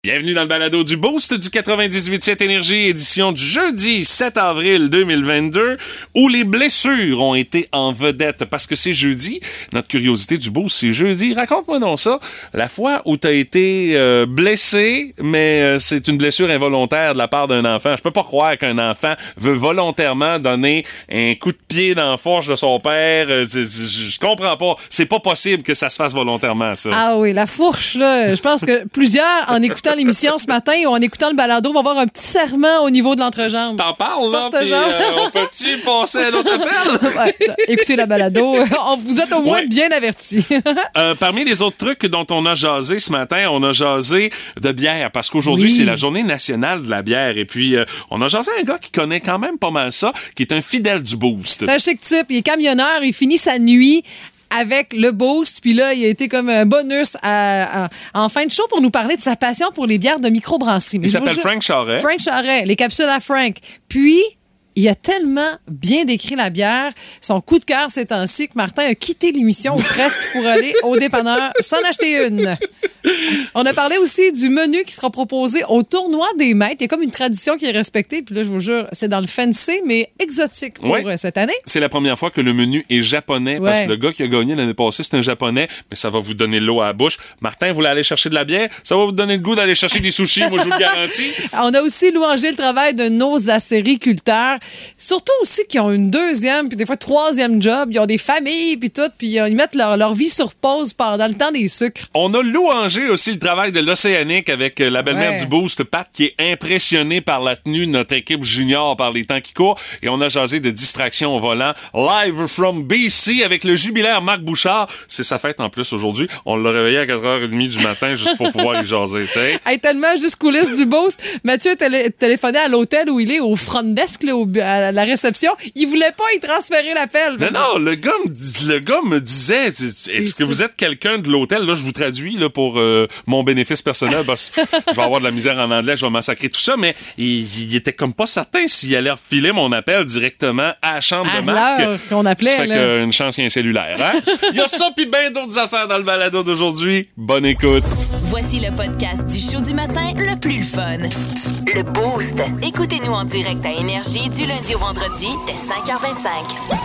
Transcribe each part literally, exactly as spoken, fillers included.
Bienvenue dans le balado du Boost du quatre-vingt-dix-huit sept Énergie, édition du jeudi sept avril deux mille vingt-deux, où les blessures ont été en vedette. Parce que c'est jeudi, notre curiosité du Boost, c'est jeudi. Raconte-moi donc ça, la fois où t'as été euh, blessé, mais euh, c'est une blessure involontaire de la part d'un enfant. Je peux pas croire qu'un enfant veut volontairement donner un coup de pied dans la fourche de son père. Euh, je comprends pas. C'est pas possible que ça se fasse volontairement, ça. Ah oui, la fourche, là, je pense que plusieurs, en écoutant l'émission ce matin ou en écoutant le balado, vont avoir un petit serment au niveau de l'entrejambe. T'en parles, là, puis euh, on peut-tu passer à l'autre appel? Ouais, écoutez la balado, vous êtes au moins ouais. bien avertis. euh, parmi les autres trucs dont on a jasé ce matin, on a jasé de bière, parce qu'aujourd'hui, oui. c'est la journée nationale de la bière. Et puis, euh, on a jasé un gars qui connaît quand même pas mal ça, qui est un fidèle du Boost. C'est un chic type, il est camionneur, il finit sa nuit avec le Boost, puis là, il a été comme un bonus à, à, en fin de show pour nous parler de sa passion pour les bières de microbrasserie. Il s'appelle Frank Charret. Frank Charret, les capsules à Frank. Puis, il a tellement bien décrit la bière, son coup de cœur ces temps-ci, que Martin a quitté l'émission ou presque pour aller au dépanneur s'en acheter une. On a parlé aussi du menu qui sera proposé au tournoi des maîtres. Il y a comme une tradition qui est respectée. Puis là, je vous jure, c'est dans le fancy, mais exotique pour ouais. cette année. C'est la première fois que le menu est japonais, ouais. parce que le gars qui a gagné l'année passée, c'est un japonais, mais ça va vous donner l'eau à la bouche. Martin, vous voulez aller chercher de la bière? Ça va vous donner le goût d'aller chercher des sushis, moi je vous le garantis. On a aussi louangé le travail de nos acériculteurs. Surtout aussi qui ont une deuxième, puis des fois troisième job. Ils ont des familles, puis tout, puis ils mettent leur, leur vie sur pause pendant le temps des sucres. On a louangé aussi le travail de l'Océanique avec la belle-mère ouais. du Boost, Pat, qui est impressionnée par la tenue de notre équipe junior par les temps qui courent. Et on a jasé de distraction au volant. Live from B C avec le jubilaire Marc Bouchard. C'est sa fête en plus aujourd'hui. On l'a réveillé à quatre heures trente du matin juste pour pouvoir y jaser, tu sais. Hey, tellement juste coulisses du Boost. Mathieu télé- téléphonait à l'hôtel où il est, au front desk, là, au, à la réception. Il voulait pas y transférer l'appel. Non, non, le gars, me, le gars me disait, est-ce que vous êtes quelqu'un de l'hôtel? Là, je vous traduis là, pour euh, mon bénéfice personnel, parce que je vais avoir de la misère en anglais, je vais massacrer tout ça, mais il, il était comme pas certain s'il allait refiler mon appel directement à la chambre à de Marc. l'heure qu'on appelait. Ça fait là. qu'une chance qu'il y ait un cellulaire. Hein? Il y a ça pis bien d'autres affaires dans le balado d'aujourd'hui. Bonne écoute. Voici le podcast du show du matin le plus le fun. Le Boost. Écoutez-nous en direct à Énergie du lundi au vendredi dès cinq heures vingt-cinq.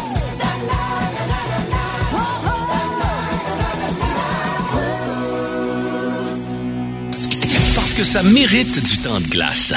Parce que ça mérite du temps de glace.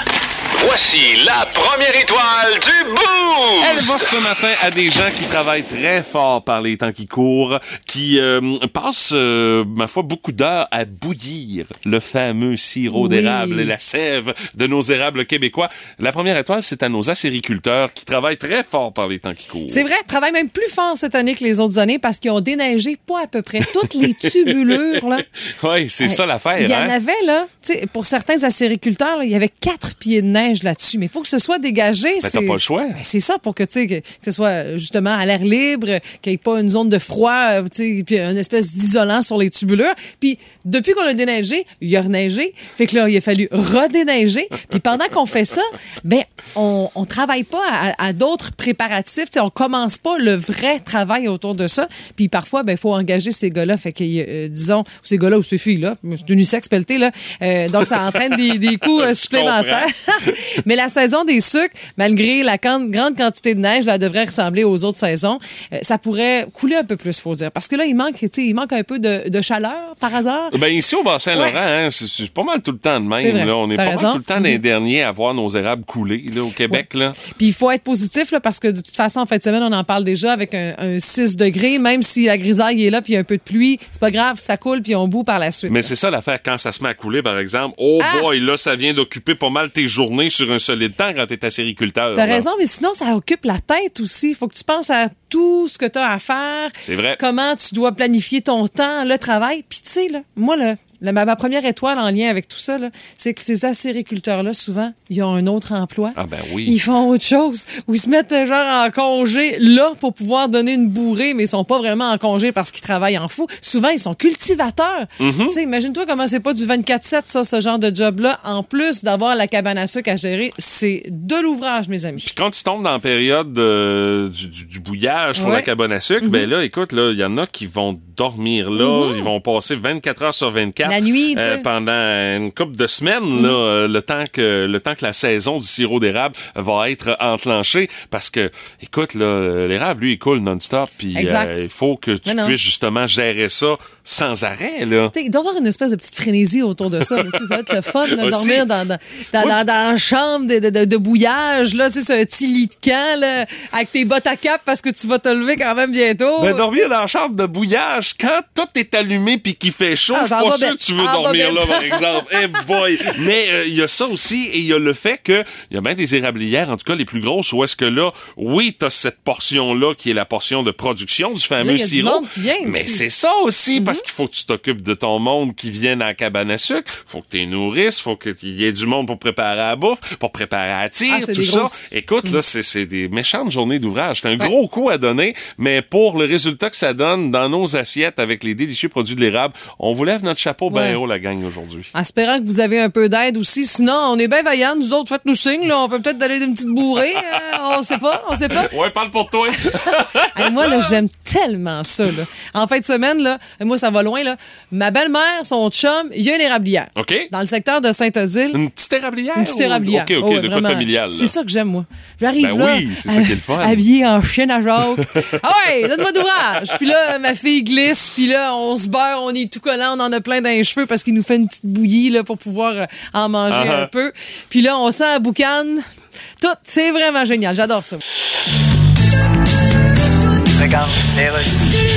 Voici la première étoile du Boost! Elle va ce matin à des gens qui travaillent très fort par les temps qui courent, qui euh, passent, euh, ma foi, beaucoup d'heures à bouillir le fameux sirop oui. d'érable et la sève de nos érables québécois. La première étoile, c'est à nos acériculteurs qui travaillent très fort par les temps qui courent. C'est vrai, ils travaillent même plus fort cette année que les autres années parce qu'ils ont déneigé pas à peu près toutes les tubulures. Là. Oui, c'est hey, ça l'affaire. Il y hein? en avait, là, pour certains acériculteurs, là, il y avait quatre pieds de neige là-dessus, mais il faut que ce soit dégagé. Ben, c'est... t'as pas le choix. Ben, c'est ça, pour que, tu sais, que, que ce soit justement à l'air libre, qu'il n'y ait pas une zone de froid, tu sais, puis une espèce d'isolant sur les tubulures. Puis, depuis qu'on a déneigé, il a reneigé. Fait que là, il a fallu redéneiger. Puis pendant qu'on fait ça, ben, on, on travaille pas à, à d'autres préparatifs. Tu sais, on commence pas le vrai travail autour de ça. Puis parfois, ben, il faut engager ces gars-là. Fait que, euh, disons, ces gars-là ou ces filles-là, c'est unisexe pelleté, là. Euh, donc, ça entraîne des, des coûts euh, supplémentaires. Mais la saison des sucres, malgré la can- grande quantité de neige, là, elle devrait ressembler aux autres saisons. Euh, ça pourrait couler un peu plus, faut dire. Parce que là, il manque, tu sais, il manque un peu de, de chaleur, par hasard. Ben, ici, au Bas-Saint-Laurent, ouais. hein, c'est, c'est pas mal tout le temps de même. Vrai, là. On est pas raison. mal tout le temps des derniers à voir nos érables couler, là, au Québec, ouais. là. Puis il faut être positif, là, parce que de toute façon, en fin de semaine, on en parle déjà avec un, un six degrés. Même si la grisaille est là, puis il y a un peu de pluie, c'est pas grave, ça coule, puis on bout par la suite. Mais là. C'est ça l'affaire, quand ça se met à couler, par exemple. Oh ah! boy, là, ça vient d'occuper pas mal tes journées sur un solide temps quand t'es acériculteur. T'as là. raison, mais sinon, ça occupe la tête aussi. Faut que tu penses à tout ce que tu as à faire. C'est vrai. Comment tu dois planifier ton temps, le travail. Puis tu sais, là, moi, là, la, ma première étoile en lien avec tout ça, là, c'est que ces acériculteurs-là, souvent, ils ont un autre emploi. Ah ben oui. Ils font autre chose. Ou ils se mettent genre en congé là pour pouvoir donner une bourrée, mais ils sont pas vraiment en congé parce qu'ils travaillent en fou. Souvent, ils sont cultivateurs. Mm-hmm. Tu sais, imagine-toi comment c'est pas du vingt-quatre sept, ça, ce genre de job-là. En plus d'avoir la cabane à sucre à gérer, c'est de l'ouvrage, mes amis. Puis quand tu tombes dans la période euh, du, du, du bouillage pour ouais. la cabane à sucre, mm-hmm. ben là, écoute, là, il y en a qui vont dormir là, mm-hmm. ils vont passer vingt-quatre heures sur vingt-quatre La nuit, tu sais. euh, pendant une couple de semaines, mm. là, euh, le temps que le temps que la saison du sirop d'érable va être enclenchée. Parce que, écoute, là, l'érable, lui, il coule non-stop. Puis euh, il faut que tu non, puisses non. justement gérer ça sans arrêt, là. T'sais, il doit y avoir une espèce de petite frénésie autour de ça. Là, ça va être le fun de dormir dans, dans, dans, dans, dans la chambre de, de, de, de bouillage, là, c'est un petit lit de camp, là, avec tes bottes à cap parce que tu vas te lever quand même bientôt. Ben, dormir dans la chambre de bouillage, quand tout est allumé puis qu'il fait chaud, ah, je suis pas sûr que tu veux ah, dormir là, par exemple. Eh hey boy! Mais il euh, y a ça aussi, et il y a le fait que il y a bien des érablières, en tout cas les plus grosses, où est-ce que là, oui, t'as cette portion-là qui est la portion de production du fameux là, sirop. Vient, mais aussi. c'est ça aussi, mm-hmm. parce qu'il faut que tu t'occupes de ton monde qui vienne à la cabane à sucre, faut que tu les nourrisses, faut qu'il y ait du monde pour préparer la bouffe, pour préparer à la tire, ah, tout ça. grosses... Écoute, mm. là, c'est, c'est des méchantes journées d'ouvrage. C'est un ouais. gros coup à donner, mais pour le résultat que ça donne dans nos assiettes avec les délicieux produits de l'érable, on vous lève notre chapeau ouais. bien haut, la gang, aujourd'hui. En espérant que vous avez un peu d'aide aussi. Sinon, on est bien vaillants. Nous autres, faites-nous signe. Là. On peut peut-être donner une petite bourrée. Euh, on sait pas. On sait pas. Ouais, parle pour toi. hey, moi, là, j'aime tellement ça. Là. En fin de semaine, là, moi, ça va loin. Là. Ma belle-mère, son chum, il y a une érablière. OK. Dans le secteur de Saint-Odile. Une petite érablière? Une petite érablière. OK, OK, oh, ouais, de vraiment. quoi familial. Là. C'est ça que j'aime, moi. J'arrive ben là. oui, c'est ça qui est le fun. Habillée en chienne à Jacques. Ah ouais, donne-moi d'ouvrage. Puis là, ma fille glisse. Puis là, on se beurre. On est tout collant. On en a plein dans les cheveux parce qu'il nous fait une petite bouillie là, pour pouvoir euh, en manger uh-huh. un peu. Puis là, on sent la boucane. Tout, c'est vraiment génial. J'adore ça. Regarde, les reçus.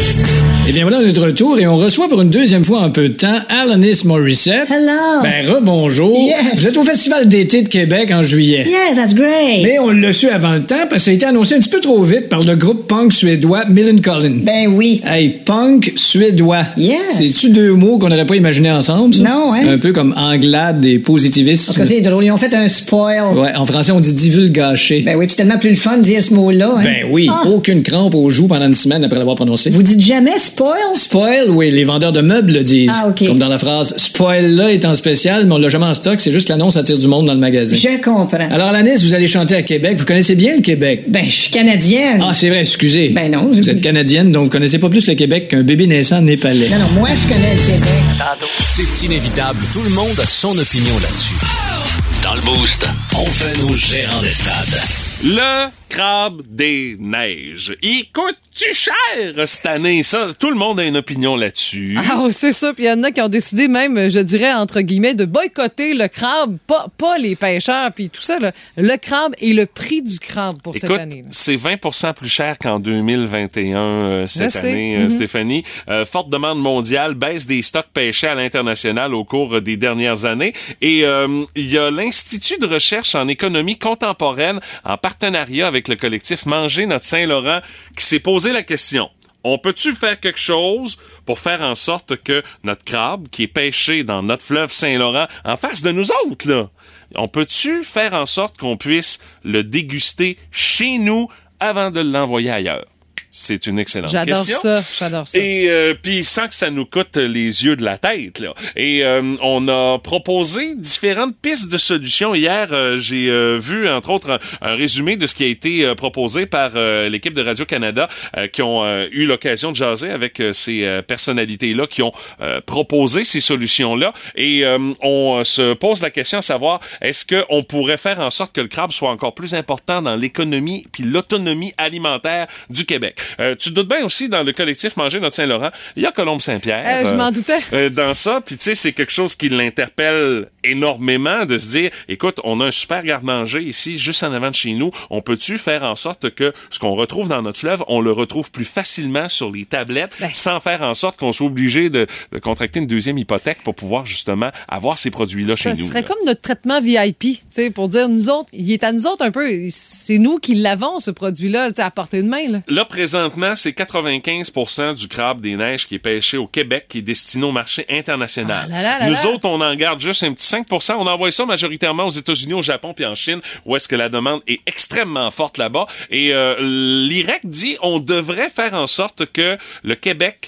Eh bien, voilà, on est de retour et on reçoit pour une deuxième fois en peu de temps Alanis Morissette. Hello. Ben, rebonjour. Yes. Vous êtes au Festival d'été de Québec en juillet. Yeah, that's great. Mais on l'a su avant le temps parce que ça a été annoncé un petit peu trop vite par le groupe punk suédois Millencolin. Ben oui. Hey, punk suédois. Yes. C'est-tu deux mots qu'on n'aurait pas imaginés ensemble, ça? Non, hein? Un peu comme Anglade et positivisme. Parce que c'est drôle, ils ont fait un spoil. Ouais, en français, on dit divulgaché. Ben oui, puis c'est tellement plus le fun de dire ce mot-là, hein? Ben oui, ah. Aucune crampe aux joues pendant une semaine après l'avoir prononcé. Vous dites jamais spoil? Spoil, oui, les vendeurs de meubles le disent. Ah, OK. Comme dans la phrase « Spoil là est en spécial, mais on l'a jamais en stock, c'est juste que l'annonce attire du monde dans le magasin. » Je comprends. Alors, Alanis, vous allez chanter à Québec. Vous connaissez bien le Québec? Ben, je suis canadienne. Ah, c'est vrai, excusez. Ben non. Vous êtes canadienne, donc vous connaissez pas plus le Québec qu'un bébé naissant népalais. Non, non, moi, je connais le Québec. C'est inévitable, tout le monde a son opinion là-dessus. Dans le Boost, on fait nos gérants des stades. Le crabe des neiges. Il coûte-tu cher cette année, ça? Tout le monde a une opinion là-dessus. Ah, c'est ça. Puis il y en a qui ont décidé même, je dirais, entre guillemets, de boycotter le crabe, pas, pas les pêcheurs, puis tout ça. Là. Le crabe et le prix du crabe pour Écoute, cette année. Là. C'est vingt pour cent plus cher qu'en deux mille vingt et un euh, cette je année, mm-hmm. euh, Stéphanie. Euh, forte demande mondiale, baisse des stocks pêchés à l'international au cours des dernières années. Et euh, il y a l'Institut de recherche en économie contemporaine en partenariat avec le collectif Manger notre Saint-Laurent qui s'est posé la question. On peut-tu faire quelque chose pour faire en sorte que notre crabe, qui est pêché dans notre fleuve Saint-Laurent, en face de nous autres, là, on peut-tu faire en sorte qu'on puisse le déguster chez nous avant de l'envoyer ailleurs? C'est une excellente j'adore question. J'adore ça, j'adore ça. Et euh, puis sans que ça nous coûte les yeux de la tête, là. Et euh, on a proposé différentes pistes de solutions. Hier, euh, j'ai euh, vu, entre autres, un, un résumé de ce qui a été euh, proposé par euh, l'équipe de Radio-Canada euh, qui ont euh, eu l'occasion de jaser avec euh, ces euh, personnalités-là qui ont euh, proposé ces solutions-là. Et euh, on euh, se pose la question à savoir, est-ce qu'on pourrait faire en sorte que le crabe soit encore plus important dans l'économie puis l'autonomie alimentaire du Québec? Euh, tu te doutes bien aussi, dans le collectif Manger notre Saint-Laurent, il y a Colombe Saint-Pierre. Euh, je m'en doutais. Euh, dans ça, puis tu sais, c'est quelque chose qui l'interpelle énormément de se dire, écoute, on a un super garde-manger ici, juste en avant de chez nous. On peut-tu faire en sorte que ce qu'on retrouve dans notre fleuve, on le retrouve plus facilement sur les tablettes, ben. sans faire en sorte qu'on soit obligé de, de contracter une deuxième hypothèque pour pouvoir justement avoir ces produits-là chez ça nous. Ce serait là. comme notre traitement V I P, tu sais, pour dire, nous autres, il est à nous autres un peu. C'est nous qui l'avons, ce produit-là, à portée de main. Là, là présentement, c'est quatre-vingt-quinze pour cent du crabe des neiges qui est pêché au Québec, qui est destiné au marché international. Ah là là là Nous là. autres, on en garde juste un petit cinq pour cent. On envoie ça majoritairement aux États-Unis, au Japon puis en Chine, où est-ce que la demande est extrêmement forte là-bas. Et euh, l'I R E C dit on devrait faire en sorte que le Québec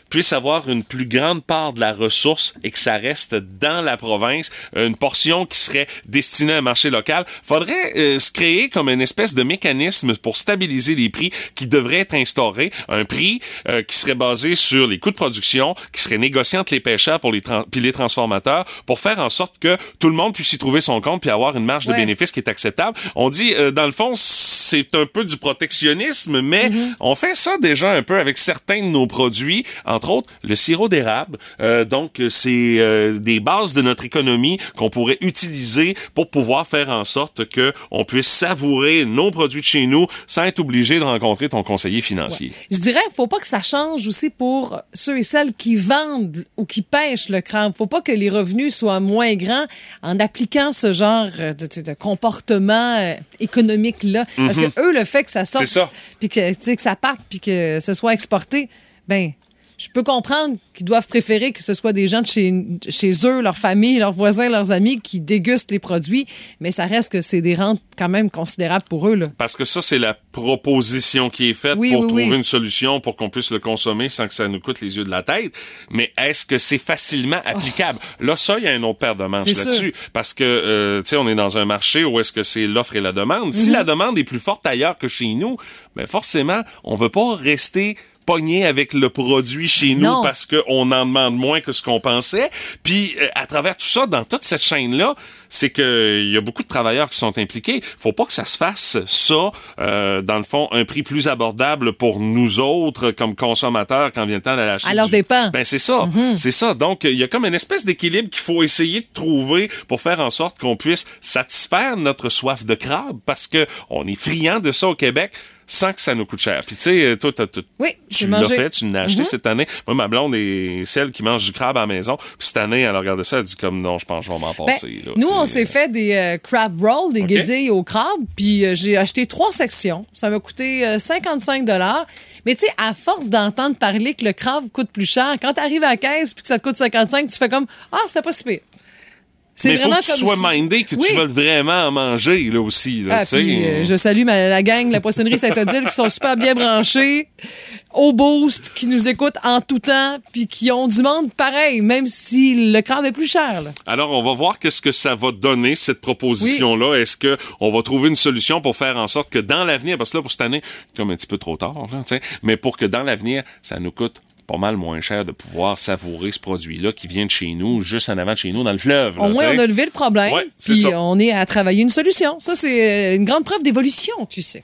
puisse avoir une plus grande part de la ressource et que ça reste dans la province, une portion qui serait destinée à un marché local. Faudrait euh, se créer comme une espèce de mécanisme pour stabiliser les prix qui devrait être instauré. Un prix euh, qui serait basé sur les coûts de production, qui serait négocié entre les pêcheurs pour les tra- puis les transformateurs pour faire en sorte que tout le monde puisse y trouver son compte puis avoir une marge de ouais. bénéfice qui est acceptable. On dit, euh, dans le fond, c'est un peu du protectionnisme, mais mm-hmm. on fait ça déjà un peu avec certains de nos produits, entre autres le sirop d'érable. Euh, donc, c'est euh, des bases de notre économie qu'on pourrait utiliser pour pouvoir faire en sorte que on puisse savourer nos produits de chez nous sans être obligé de rencontrer ton conseiller financier. Ouais. Je dirais, faut pas que ça change aussi pour ceux et celles qui vendent ou qui pêchent le crabe. Faut pas que les revenus soient moins grands en appliquant ce genre de, de, de comportement euh, économique-là. Mm-hmm. Parce que eux, le fait que ça sorte, puis que, tu sais, que ça parte, puis que ce soit exporté, ben je peux comprendre qu'ils doivent préférer que ce soit des gens de chez, chez eux, leur famille, leurs voisins, leurs amis qui dégustent les produits, mais ça reste que c'est des rentes quand même considérables pour eux, là. Parce que ça, c'est la proposition qui est faite oui, pour oui, trouver oui. une solution pour qu'on puisse le consommer sans que ça nous coûte les yeux de la tête. Mais est-ce que c'est facilement applicable? Oh. Là, ça, il y a une autre paire de manches c'est là-dessus. Sûr. Parce que, euh, tu sais, on est dans un marché où est-ce que c'est l'offre et la demande. Mm-hmm. Si la demande est plus forte ailleurs que chez nous, ben forcément, on veut pas rester pogné avec le produit chez nous non. parce qu'on en demande moins que ce qu'on pensait. Puis, euh, à travers tout ça, dans toute cette chaîne-là, c'est que il y a beaucoup de travailleurs qui sont impliqués. Faut pas que ça se fasse, ça, euh, dans le fond, un prix plus abordable pour nous autres, comme consommateurs, quand vient le temps d'aller acheter. À leur dépens. Ben, c'est ça. Mm-hmm. C'est ça. Donc, il y a comme une espèce d'équilibre qu'il faut essayer de trouver pour faire en sorte qu'on puisse satisfaire notre soif de crabe parce que on est friand de ça au Québec sans que ça nous coûte cher. Puis tu sais, toi, t'as, t'as, oui, tu l'as mangé. fait, tu l'as acheté mm-hmm. cette année. Moi, ma blonde est celle qui mange du crabe à la maison. Puis cette année, elle regarde ça, elle dit comme non, je pense que je vais m'en passer. Ben, là, nous, t'sais. on s'est fait des euh, crab rolls, des okay. guédilles au crabe, puis euh, j'ai acheté trois sections. Ça m'a coûté euh, cinquante-cinq dollars. Mais tu sais, à force d'entendre parler que le crabe coûte plus cher, quand t'arrives à la caisse puis que ça te coûte cinquante-cinq, tu fais comme ah, c'était pas si pire. C'est mais il faut que tu sois mindé, que oui. tu veux vraiment en manger, là, aussi. Là, ah, puis, euh, je salue ma, la gang, la poissonnerie Saint-Odile, qui sont super bien branchés, au Boost, qui nous écoutent en tout temps, puis qui ont du monde pareil, même si le crabe est plus cher. Là. Alors, on va voir qu'est-ce que ça va donner, cette proposition-là. Oui. Est-ce qu'on va trouver une solution pour faire en sorte que dans l'avenir, parce que là, pour cette année, c'est comme un petit peu trop tard, là, mais pour que dans l'avenir, ça nous coûte pas mal moins cher de pouvoir savourer ce produit-là qui vient de chez nous, juste en avant de chez nous, dans le fleuve. Là, Au moins, on a levé le problème, ouais, puis on est à travailler une solution. Ça, c'est une grande preuve d'évolution, tu sais.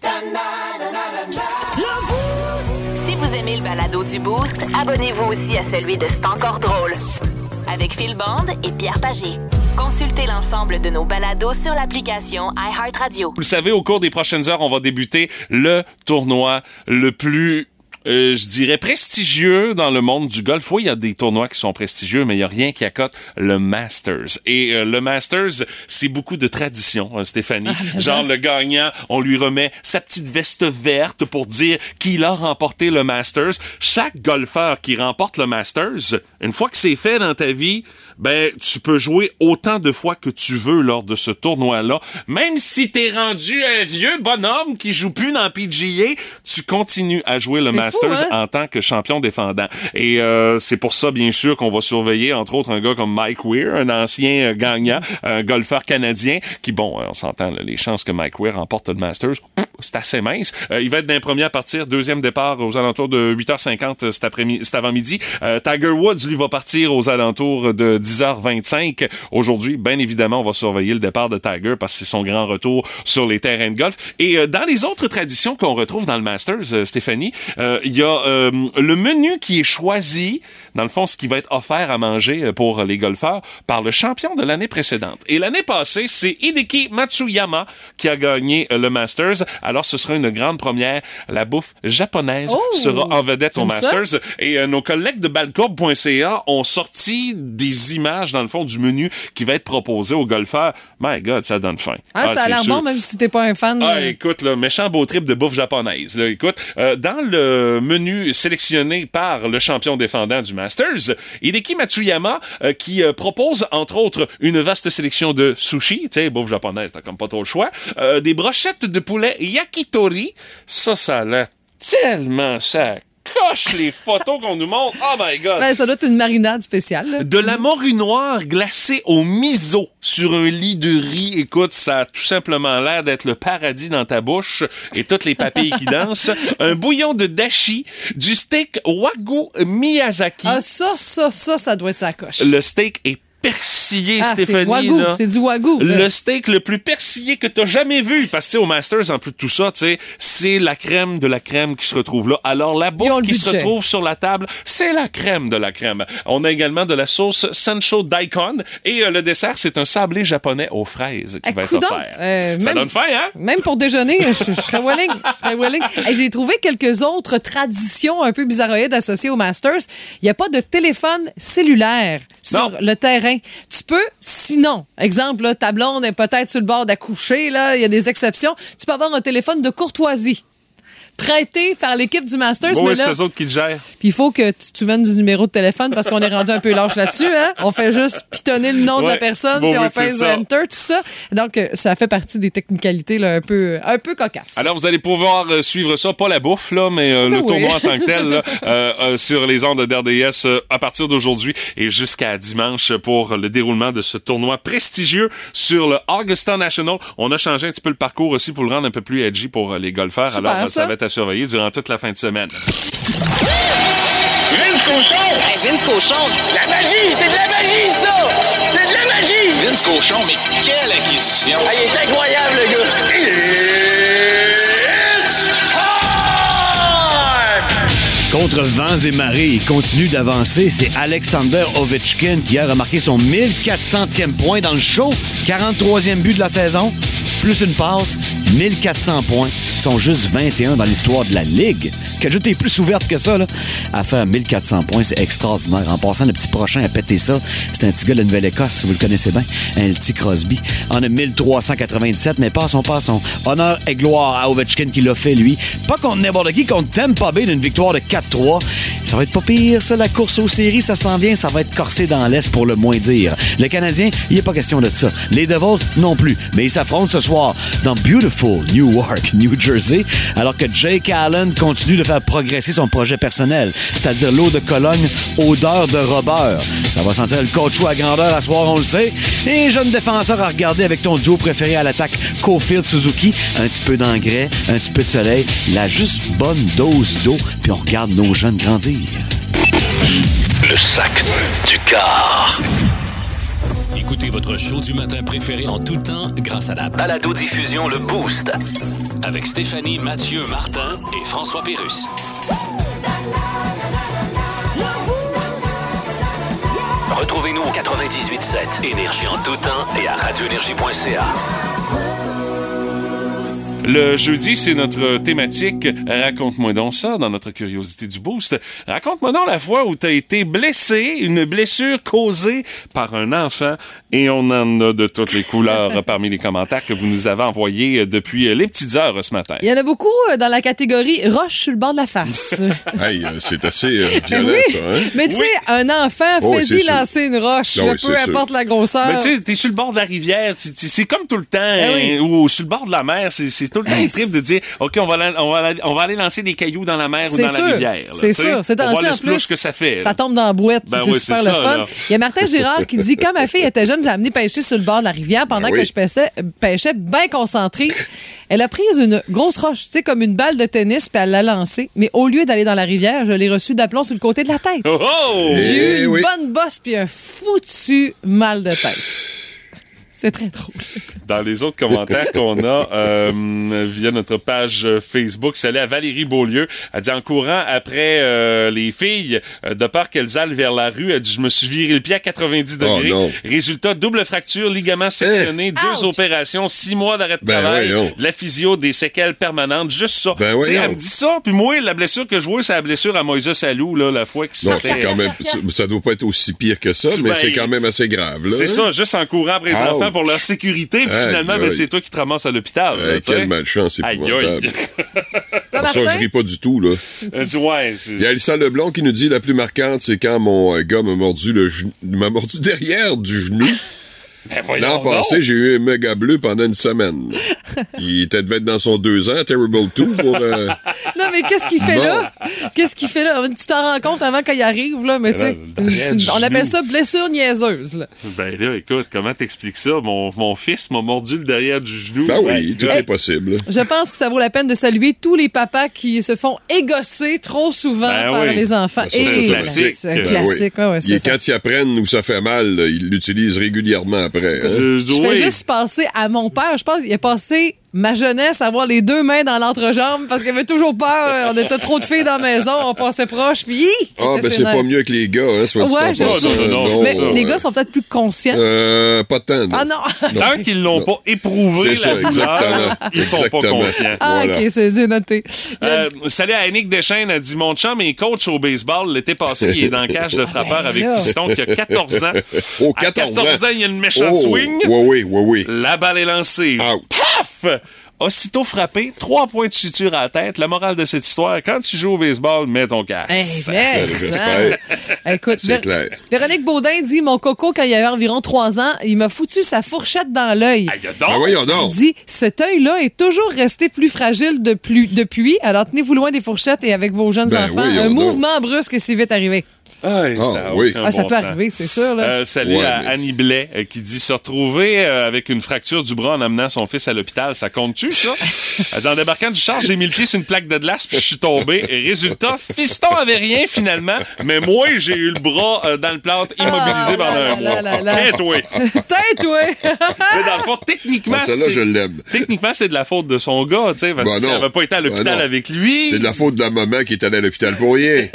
Si vous aimez le balado du Boost, abonnez-vous aussi à celui de C'est encore drôle. Avec Phil Bond et Pierre Pagé. Consultez l'ensemble de nos balados sur l'application iHeartRadio. Vous le savez, au cours des prochaines heures, on va débuter le tournoi le plus... Euh, je dirais prestigieux dans le monde du golf. Oui, il y a des tournois qui sont prestigieux, mais il y a rien qui accote le Masters. Et euh, le Masters, c'est beaucoup de tradition, hein, Stéphanie. Ah, Genre, le gagnant, on lui remet sa petite veste verte pour dire qu'il a remporté le Masters. Chaque golfeur qui remporte le Masters, une fois que c'est fait dans ta vie, ben, tu peux jouer autant de fois que tu veux lors de ce tournoi-là. Même si t'es rendu un vieux bonhomme qui joue plus dans P G A, tu continues à jouer le c'est Masters fou, hein? En tant que champion défendant. Et euh, c'est pour ça, bien sûr, qu'on va surveiller, entre autres, un gars comme Mike Weir, un ancien euh, gagnant, un golfeur canadien, qui, bon, on s'entend, là, les chances que Mike Weir remporte le Masters, c'est assez mince. Euh, il va être d'un premier à partir, deuxième départ aux alentours de huit heures cinquante cet après-midi, cet avant-midi. Euh, Tiger Woods, lui, va partir aux alentours de dix heures vingt-cinq. Aujourd'hui, bien évidemment, on va surveiller le départ de Tiger parce que c'est son grand retour sur les terrains de golf. Et euh, dans les autres traditions qu'on retrouve dans le Masters, euh, Stéphanie, euh, il y a euh, le menu qui est choisi, dans le fond, ce qui va être offert à manger pour les golfeurs par le champion de l'année précédente. Et l'année passée, c'est Hideki Matsuyama qui a gagné euh, le Masters. Alors, ce sera une grande première. La bouffe japonaise oh, sera en vedette au Masters. Ça? Et euh, nos collègues de balcourbe point c a ont sorti des images, dans le fond, du menu qui va être proposé aux golfeurs. My God, ça donne faim. Ah, ah ça a l'air sûr. Bon, même si t'es pas un fan. Ah, mais... écoute, là, méchant beau trip de bouffe japonaise. Là, écoute, euh, dans le menu sélectionné par le champion défendant du Masters, Hideki Matsuyama, euh, qui euh, propose, entre autres, une vaste sélection de sushi, tu sais, bouffe japonaise, t'as comme pas trop le choix, euh, des brochettes de poulet yakitori, ça, ça a l'air tellement sac coche les photos qu'on nous montre. Oh my God! Ben, ça doit être une marinade spéciale. Là. De la morue noire glacée au miso sur un lit de riz. Écoute, ça a tout simplement l'air d'être le paradis dans ta bouche et toutes les papilles qui dansent. Un bouillon de dashi, du steak Wagyu Miyazaki. Ah, ça, ça, ça, ça doit être sa coche. Le steak est persillé, ah, Stéphanie. C'est Wagyu, là. c'est du Wagyu. Là. Le steak le plus persillé que t'as jamais vu. Parce que, tu sais, au Masters, en plus de tout ça, tu sais, c'est la crème de la crème qui se retrouve là. Alors, la bouffe qui se retrouve sur la table, c'est la crème de la crème. On a également de la sauce Sancho Daikon. Et euh, le dessert, c'est un sablé japonais aux fraises qui eh, va être coudonc, offert. Euh, ça même, donne faim, hein? Même pour déjeuner, je, je serais willing. Je serais willing. Hey, j'ai trouvé quelques autres traditions un peu bizarroïdes associées au Masters. Il n'y a pas de téléphone cellulaire sur non. le terrain. Tu peux Sinon, exemple, là, ta blonde est peut-être sur le bord d'accoucher, là, il y a des exceptions. Tu peux avoir un téléphone de courtoisie prêté par l'équipe du Masters. Bon, mais oui, là, c'est eux autres qui le gèrent. Puis il faut que tu te souviennes du numéro de téléphone parce qu'on est rendu un peu lâche là-dessus. Hein? On fait juste pitonner le nom ouais. de la personne, bon, puis on pèse Enter, tout ça. Donc, euh, ça fait partie des technicalités là, un peu, un peu cocasses. Alors, vous allez pouvoir euh, suivre ça, pas la bouffe, là, mais euh, le oui. tournoi en tant que tel, là, euh, euh, sur les ondes d'R D S euh, à partir d'aujourd'hui et jusqu'à dimanche pour le déroulement de ce tournoi prestigieux sur le Augusta National. On a changé un petit peu le parcours aussi pour le rendre un peu plus edgy pour les golfeurs. Super, Alors, ça. ça va être à surveiller durant toute la fin de semaine. Vince Cochon! Hey, Vince Cochon! La magie! C'est de la magie, ça! C'est de la magie! Vince Cochon, mais quelle acquisition! Ah, il est incroyable, le gars! It's time! Contre vents et marées, il continue d'avancer. C'est Alexander Ovechkin qui a remarqué son mille quatre centième point dans le show. quarante-troisième but de la saison. Plus une passe, mille quatre cents points. Ils sont juste vingt et un dans l'histoire de la Ligue. Quelle joute est plus ouverte que ça, là? À faire mille quatre cents points, c'est extraordinaire. En passant, le petit prochain à péter ça, c'est un petit gars de la Nouvelle-Écosse, vous le connaissez bien, un petit Crosby. On a mille trois cent quatre-vingt-dix-sept, mais passons, passons. Honneur et gloire à Ovechkin qui l'a fait, lui. Pas contre n'importe qui, contre Tampa Bay d'une victoire de quatre trois. Ça va être pas pire, ça, la course aux séries, ça s'en vient, ça va être corsé dans l'Est pour le moins dire. Le Canadien, il n'y a pas question de ça. Les Devils, non plus. Mais ils s'affrontent ce soir dans Beautiful Newark, New Jersey, alors que Jake Allen continue de faire progresser son projet personnel, c'est-à-dire l'eau de Cologne, odeur de robeur. Ça va sentir le caoutchouc à grandeur à soir, on le sait. Et jeune défenseur à regarder avec ton duo préféré à l'attaque, Caulfield-Suzuki, un petit peu d'engrais, un petit peu de soleil, la juste bonne dose d'eau, puis on regarde nos jeunes grandir. Le sac du car. Écoutez votre show du matin préféré en tout temps grâce à la balado-diffusion Le Boost avec Stéphanie, Mathieu, Martin et François Pérusse. Retrouvez-nous au quatre-vingt-dix-huit sept Énergie en tout temps et à radio énergie point c a. Le jeudi, c'est notre thématique « Raconte-moi donc ça » dans notre curiosité du Boost. Raconte-moi donc la fois où tu as été blessé, une blessure causée par un enfant. Et on en a de toutes les couleurs parmi les commentaires que vous nous avez envoyés depuis les petites heures ce matin. Il y en a beaucoup dans la catégorie « roche sur le bord de la face ». Hey, c'est assez euh, violent, oui, ça. Hein? Mais tu sais, oui. un enfant, oh, fais-y lancer une roche, non, là, oui, peu importe sûr. la grosseur. Mais tu sais, t'es sur le bord de la rivière, t'sais, t'sais, c'est comme tout le temps, eh oui. hein, ou sur le bord de la mer, c'est, c'est tout le temps le trip de dire, OK, on va, la, on, va la, on va aller lancer des cailloux dans la mer c'est ou dans sûr, la rivière. Là, c'est sûr, c'est on voit le en plus, que ça fait. Ça tombe dans la boîte, ben c'est oui, super c'est le ça, fun. là. Il y a Martin Girard qui dit, quand ma fille était jeune, je l'ai amenée pêcher sur le bord de la rivière pendant ben que oui. je pêchais, pêchais bien concentrée. Elle a pris une grosse roche, tu sais, comme une balle de tennis, puis elle l'a lancée. Mais au lieu d'aller dans la rivière, je l'ai reçue d'aplomb sur le côté de la tête. Oh oh! J'ai eu une oui. bonne bosse puis un foutu mal de tête. C'est très drôle. Dans les autres commentaires qu'on a euh, via notre page Facebook, c'est allé à Valérie Beaulieu. Elle dit, en courant après euh, les filles, euh, de peur qu'elles allent vers la rue, elle dit, je me suis viré le pied à quatre-vingt-dix degrés. Oh, Résultat, double fracture, ligament sectionné, Eh. deux Ouch. opérations, six mois d'arrêt de Ben travail, voyons. de la physio, des séquelles permanentes, juste ça. Ben Tu sais, voyons. elle me dit ça, puis moi, la blessure que je vois, c'est la blessure à Moïse Salou, là, la fois qui Non, s'était... c'est quand même, ça, ça doit pas être aussi pire que ça, mais Ben, c'est quand même assez grave, là. C'est ça, juste en courant après les Ouch. enfants pour leur sécurité, puis Aïe, finalement, ben, aïe. c'est toi qui te ramasses à l'hôpital. Euh, là, tu sais. quelle malchance Aïe, épouvantable. Toi, Ça, Martin? je ris pas du tout, là. Elle dit, ouais, c'est... Il y a Alissa Leblond qui nous dit la plus marquante, c'est quand mon euh, gars m'a mordu le genou, m'a mordu derrière du genou. Ben, voyons L'an donc. passé, j'ai eu un méga bleu pendant une semaine. Il était, devait être dans son deux ans, Terrible deux, pour... euh, Non, mais qu'est-ce qu'il fait Bon. là? Qu'est-ce qu'il fait là? Tu t'en rends compte avant qu'il arrive, là, mais tu sais, Ben là, c'est- ben, on appelle genou. ça blessure niaiseuse, là. Ben là, écoute, comment t'expliques ça? Mon, mon fils m'a mordu le derrière du genou. Ben oui, tout Ben, est possible. Je pense que ça vaut la peine de saluer tous les papas qui se font égosser trop souvent Ben par oui. les enfants. Ben, ça, c'est Et automatique. c'est un Ben classique, ouais, ouais, Il- c'est ça. quand ils apprennent où ça fait mal, là, ils l'utilisent régulièrement après. hein. Je, Je fais oui. juste penser à mon père. Je pense qu'il a passé ma jeunesse à avoir les deux mains dans l'entrejambe parce qu'il avait toujours peur. On était trop de filles dans la maison, on passait proche, puis hi, Ah, était ben c'est sénère. pas mieux que les gars, hein, soit dit Ouais, en je passant. sais. Non, non, non, Mais c'est ça, les ouais. gars sont peut-être plus conscients. Euh, pas tant, non. Ah non! Tant qu'ils l'ont pas éprouvé, C'est ça, la douleur, exactement. ils sont pas Exactement. conscients. Ah, Voilà. ok, c'est c'est noté. Euh, salut à Annick Deschaines, a dit mon chum est coach au baseball. L'été passé, il est dans le cage de frappeur avec là. Fiston qui a quatorze ans. Oh, À quatorze quatorze ans, il y a une méchante Oh, swing. oui, oui, oui, oui. La balle est lancée. Ouch. Paf! Aussitôt frappé, trois points de suture à la tête. La morale de cette histoire, quand tu joues au baseball, mets ton casque. Hey, mais, J'espère. hein. Écoute, C'est Vé- clair. Véronique Baudin dit mon coco, quand il avait environ trois ans, il m'a foutu sa fourchette dans l'œil. Aïe, donc. Ah, voyons Il donc. dit cet œil-là est toujours resté plus fragile de plus- depuis. Alors tenez-vous loin des fourchettes et avec vos jeunes Ben enfants. oui, Un on mouvement brusque est si vite arrivé. Aïe, Ah, ça a oui. aucun Ah, ça bon peut sens. arriver, c'est sûr. Là. Euh, salut Ouais, à mais- Annie Blais euh, qui dit se retrouver euh, avec une fracture du bras en amenant son fils à l'hôpital. Ça compte-tu, ça? Elle dit, en débarquant du char, j'ai mis le pied sur une plaque de glace puis je suis tombé. Et résultat, Fiston avait rien finalement, mais moi, j'ai eu le bras euh, dans le plâtre immobilisé Ah, pendant là, un là, là, mois. là. Tais-toi. Tête, ouais! Mais dans le fond, techniquement, Ah, celle-là, c'est- je l'aime. techniquement, c'est de la faute de son gars, tu sais, parce Ben que non. s'il n'avait pas été à l'hôpital Ben non. avec lui. C'est de la faute de la maman qui est allée à l'hôpital pour rien.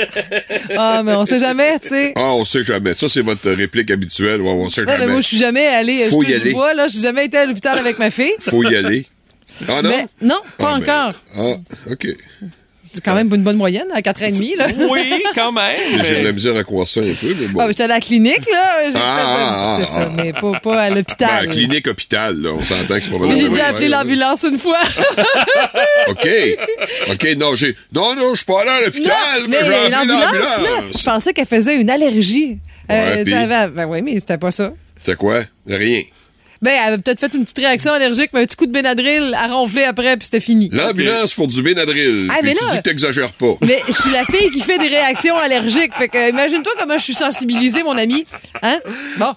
Ah, mais on sait jamais, tu sais. Ah, on sait jamais. Ça, c'est votre réplique habituelle. Ouais, on sait Ouais, mais jamais. moi, je suis jamais allée. Faut je y touche du aller. bois, là. Je suis jamais été à l'hôpital avec ma fille. Faut y aller. Ah non? Mais non, pas Ah, ben, encore. Ah, OK. C'est quand même une bonne moyenne, à quatre ans et demi, là. Oui, quand même. J'ai de mais- la misère à croire ça un peu, mais bon. Ah, mais j'étais à la clinique, là. J'ai Ah, fait- ah, c'est ah, ça, mais pas, pas à Ben, l'hôpital. clinique hôpital, là, on s'entend que c'est pas Mais mal. j'ai Ouais, déjà ouais, appelé ouais. l'ambulance une fois. OK. OK, non, j'ai. Non, non, je suis pas allé à l'hôpital, Non, mais mais j'ai appelé l'ambulance, là, je l'ambulance. pensais qu'elle faisait une allergie. Ouais, puis? t'avais- ben oui, mais c'était pas ça. C'est quoi? Rien. Ben, elle avait peut-être fait une petite réaction allergique, mais un petit coup de Benadryl à ronfler après, puis c'était fini. L'ambulance pour du Benadryl. Ah, Puis mais tu là- dis que t'exagères pas. Mais je suis la fille qui fait des réactions allergiques. Fait que imagine-toi comment je suis sensibilisée, mon ami. Hein? Bon.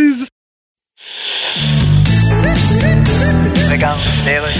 Regarde, les Russes.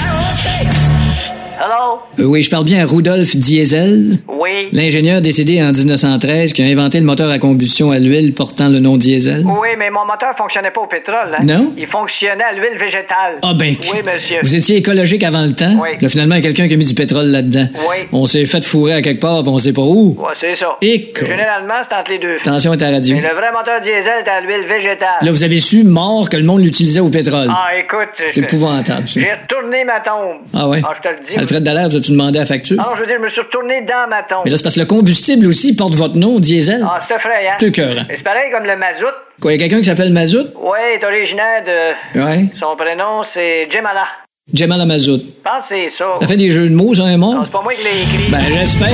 Hello? Euh, oui, je parle bien à Rudolf Diesel, Oui. l'ingénieur décédé en dix-neuf cent treize qui a inventé le moteur à combustion à l'huile portant le nom diesel. Oui, mais mon moteur fonctionnait pas au pétrole. Hein? Non? Il fonctionnait à l'huile végétale. Ah ben, Oui, monsieur. vous étiez écologique avant le temps. Oui. Là, finalement, il y a quelqu'un qui a mis du pétrole là-dedans. Oui. On s'est fait fourrer à quelque part, puis on sait pas où. Ouais, c'est ça. Et quoi? Généralement, c'est entre les deux. Attention à ta radio. Mais le vrai moteur diesel est à l'huile végétale. Là, vous avez su, mort, que le monde l'utilisait au pétrole. Ah, écoute. C'est épouvantable, ça. J'ai retourné ma tombe. Ah ouais? Ah, je te le dis. Alfred Dallaire, vous as-tu demandé la facture? Ah non, je veux dire, je me suis retourné dans ma tombe. Mais là, c'est parce que le combustible aussi porte votre nom, diesel. Ah, c'est effrayant. C'est écœurant. C'est pareil comme le mazout. Quoi, y a quelqu'un qui s'appelle Mazout? Ouais, il est originaire de... Ouais. Son prénom, c'est Jemala. Jamal Amazout. Je pense que c'est ça. Ça fait des jeux de mots, ça, un Non, mot? c'est pas moi qui l'ai écrit. Ben, j'espère.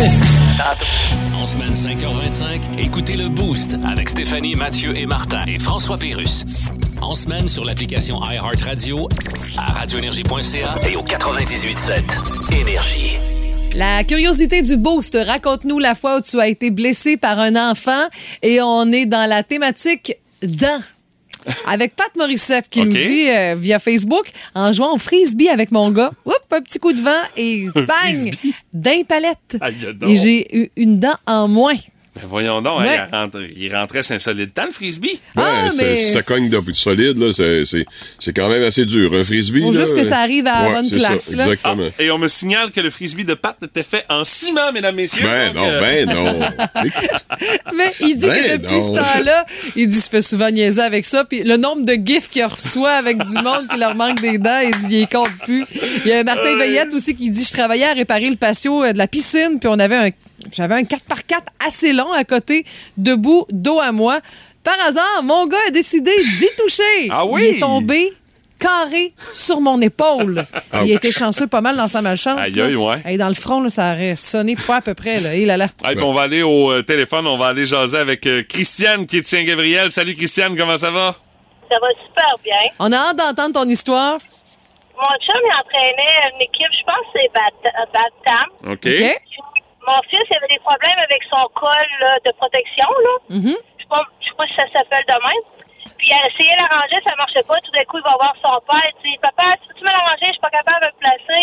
Tantôt. En semaine cinq heures vingt-cinq, écoutez le Boost avec Stéphanie, Mathieu et Martin et François Pérusse. En semaine sur l'application iHeartRadio, à radioénergie point c a et au quatre-vingt-dix-huit sept Énergie. La curiosité du Boost, raconte-nous la fois où tu as été blessé par un enfant et on est dans la thématique dents. Avec Pat Morissette qui OK. nous dit euh, via Facebook, en jouant au frisbee avec mon gars, oups, un petit coup de vent et Un bang, frisbee? d'un palette. Aïe, donc. Et j'ai eu une dent en moins. Ben voyons donc, Ouais. hein, il, rentrait, il rentrait sur un solide temps, le frisbee. Ouais, Ah, ça, mais- ça cogne de solide, là. C'est, c'est, c'est quand même assez dur. Un frisbee. Faut là, juste que ça arrive à la ouais, bonne c'est place, ça, là. Exactement. Ah, et on me signale que le frisbee de Pat était fait en ciment, mesdames, messieurs. Ben donc, non, euh, ben non. Écoute, Mais il dit Ben que depuis non. ce temps-là, il dit se fait souvent niaiser avec ça. Puis le nombre de gifs qu'il reçoit avec du monde qui leur manque des dents, il dit il les compte plus. Il y a Martin Veillette aussi qui dit je travaillais à réparer le patio euh, de la piscine, puis on avait un j'avais un quatre par quatre assez long à côté, debout, dos à moi. Par hasard, mon gars a décidé d'y toucher. Ah oui? Il est tombé carré sur mon épaule. Il a été chanceux pas mal dans sa malchance. Aïe, là. aïe, ouais. Hey, dans le front, là, ça aurait sonné pas à peu près. Là. Et là, là. hey, puis on va aller au euh, téléphone, on va aller jaser avec euh, Christiane qui est de Saint-Gabriel. Salut Christiane, comment ça va? Ça va super bien. On a hâte d'entendre ton histoire. Mon chum, il entraînait une équipe, je pense que c'est Bat- Batam. OK. OK. Mon fils il avait des problèmes avec son col là, de protection. Là. Mm-hmm. Je sais pas, je sais pas si ça s'appelle de même. Puis il a essayé de l'arranger, ça marchait pas. Tout d'un coup, il va voir son père. Il dit, papa, peux-tu me l'arranger? Je suis pas capable de me placer.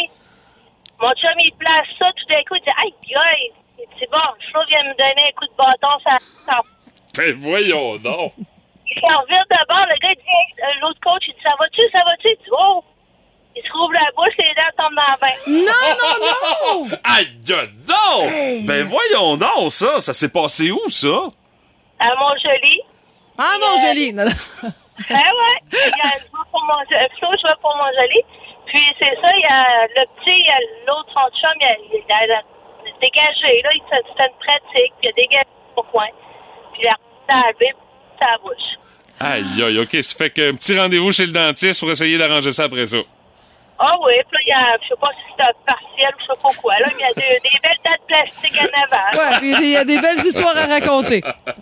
Mon chum, il place ça. Tout d'un coup, il dit, aïe, aïe. Il dit, bon, Flo vient me donner un coup de bâton. Ça, ça... Ben voyons donc. Il s'en revire de bord. Le gars, il dit, l'autre coach, il dit, ça va-tu, ça va-tu? Il dit, oh. Il se rouvre la bouche, les dents tombent dans la bain. Non, non, non! Aïe, donc! Hey. Ben voyons donc, ça. Ça s'est passé où, ça? À Montjoli. Ah, Montjoli! Non, non. Ah ouais. Il y a je vais pour Montjoli. Flo, je vais pour Montjoli. Puis c'est ça, il y a le petit, il y a l'autre, son chum, il a, il a, il a dégagé, là. C'était une pratique, puis il a dégagé au coin. Puis il a lavé sa bouche. Aïe, aïe, OK. Ça fait qu'un petit rendez-vous chez le dentiste pour essayer d'arranger ça après ça. Ah oui, puis là, il y a, je sais pas si c'est un partiel ou je sais pas quoi, là, mais il y a des, des belles dates plastiques en avant. Ouais, puis il y a des belles histoires à raconter.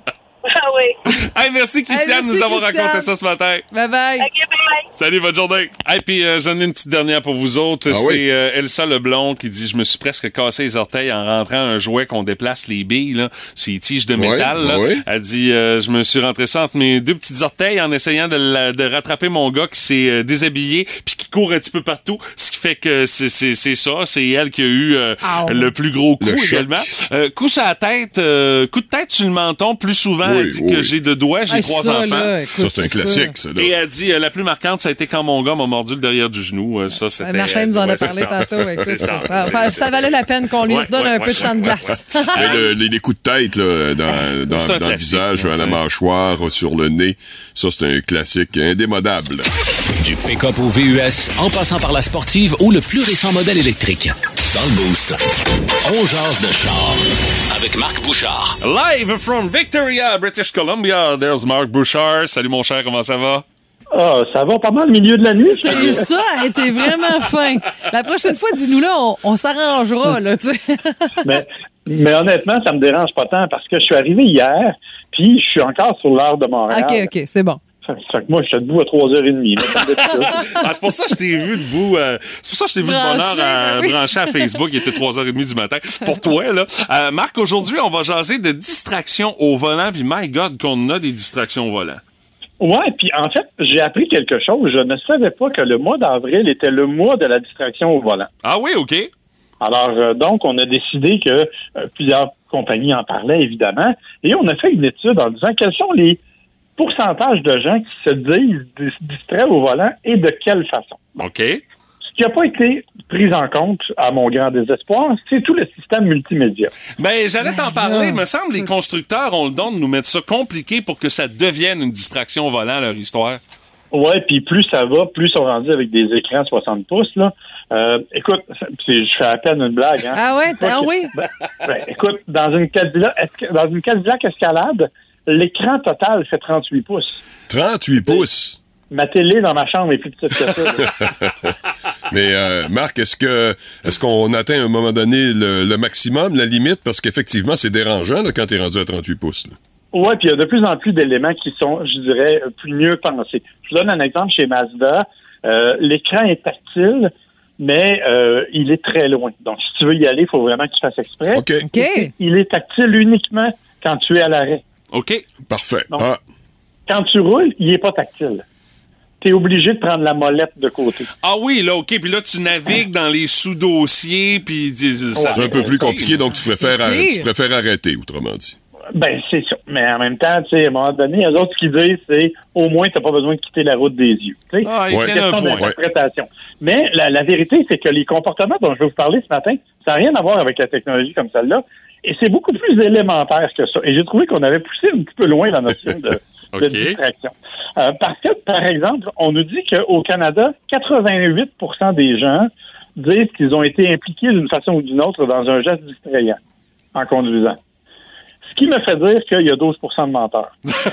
Ah oui. Hey, merci, Christiane, hey, merci, de nous avoir Christiane. raconté ça ce matin. Bye-bye. OK, bye. Salut, bonne journée. Et hey, puis euh, j'en ai une petite dernière pour vous autres. Ah c'est oui? euh, Elsa Leblond qui dit « Je me suis presque cassé les orteils en rentrant un jouet qu'on déplace les billes, là. C'est les tiges de métal. Ouais, là. ouais. Elle dit euh, « Je me suis rentré ça entre mes deux petits orteils en essayant de, la, de rattraper mon gars qui s'est euh, déshabillé puis qui court un petit peu partout. Ce qui fait que c'est, c'est, c'est ça. C'est elle qui a eu euh, le plus gros coup Le choc. également. Euh, coup sur la tête, euh, coup de tête sur le menton. Plus souvent, Oui, elle dit oui. que j'ai de doigts, j'ai Hey, trois ça, enfants. là, écoute, Ça, c'est un classique, ça. Là. Et elle dit, euh, la plus marquante, ça a été quand mon gars m'a mordu le derrière du genou. Euh, ça, c'était... Martin nous en a ouais, parlé c'est ça. tantôt. Écoute, C'est ça, ça. ça, ça valait la peine qu'on lui Ouais, redonne ouais, un ouais, peu de temps de ouais, glace. Mais le- les, les coups de tête là, dans, dans, C'est un dans le classique, visage, là, à la tu sais. mâchoire, sur le nez, ça, c'est un classique indémodable. Du pick-up au V U S, en passant par la sportive ou le plus récent modèle électrique. Dans le Boost, on jase de char avec Marc Bouchard. Live from Victoria, British Columbia, there's Marc Bouchard. Salut mon cher, comment ça va? Ah, ça va pas mal le milieu de la nuit. C'est ça, a été vraiment fin. La prochaine fois, dis-nous là, on, on s'arrangera, là, tu sais. mais, mais honnêtement, ça me dérange pas tant parce que je suis arrivé hier, puis je suis encore sur l'heure de Montréal. OK, OK, c'est bon. Ça fait que moi, je suis debout à trois heures trente. Ah, c'est pour ça que je t'ai vu debout. Euh, c'est pour ça que je t'ai vu de bonne Branché, heure à, oui. branché à Facebook. Il était trois heures trente du matin. Pour toi, là. Euh, Marc, aujourd'hui, on va jaser de distractions au volant. Puis, my God, qu'on a des distractions au volant. Ouais, puis en fait, j'ai appris quelque chose. Je ne savais pas que le mois d'avril était le mois de la distraction au volant. Ah oui, OK. Alors, euh, donc, on a décidé que euh, plusieurs compagnies en parlaient, évidemment, et on a fait une étude en disant quels sont les pourcentages de gens qui se disent dis- distraits au volant et de quelle façon. OK. Ce qui n'a pas été pris en compte, à mon grand désespoir, c'est tout le système multimédia. Ben, j'allais t'en parler. Il me semble que les constructeurs ont le don de nous mettre ça compliqué pour que ça devienne une distraction au volant, leur histoire. Ouais, puis plus ça va, plus ils sont rendus avec des écrans soixante pouces, là. Euh, écoute, c'est- je fais à peine une blague, hein. Ah ouais, ah oui? Ben, ben, écoute, dans une Cadillac, esca- dans une Cadillac Escalade, l'écran total fait trente-huit pouces. trente-huit pouces. Ma télé dans ma chambre est plus petite que ça. là. Mais euh, Marc, est-ce que est-ce qu'on atteint à un moment donné le, le maximum, la limite? Parce qu'effectivement, c'est dérangeant là, quand t'es rendu à trente-huit pouces. Là. Ouais, puis il y a de plus en plus d'éléments qui sont, je dirais, plus mieux pensés. Je vous donne un exemple chez Mazda. Euh, l'écran est tactile, mais euh, il est très loin. Donc, si tu veux y aller, il faut vraiment que tu fasses exprès. OK. OK. Il est tactile uniquement quand tu es à l'arrêt. OK. Parfait. Non. Ah, Quand tu roules, il est pas tactile. Tu es obligé de prendre la molette de côté. Ah oui, là, OK. Puis là, tu navigues dans les sous-dossiers, puis... ça- c'est un peu plus compliqué, donc tu préfères, C'est arr- pire. tu préfères arrêter, autrement dit. Ben, c'est ça. Mais en même temps, tu sais, à un moment donné, eux autres, ce qu'ils disent, c'est au moins, tu n'as pas besoin de quitter la route des yeux. Tu sais, Ah, ils Ouais. tiennent un question point. d'interprétation. Mais la, la vérité, c'est que les comportements dont je vais vous parler ce matin, ça n'a rien à voir avec la technologie comme celle-là. Et c'est beaucoup plus élémentaire que ça. Et j'ai trouvé qu'on avait poussé un petit peu loin la notion de, OK. de distraction. Euh, parce que, par exemple, on nous dit qu'au Canada, quatre-vingt-huit pour cent des gens disent qu'ils ont été impliqués d'une façon ou d'une autre dans un geste distrayant en conduisant. Ce qui me fait dire qu'il y a douze pour cent de menteurs.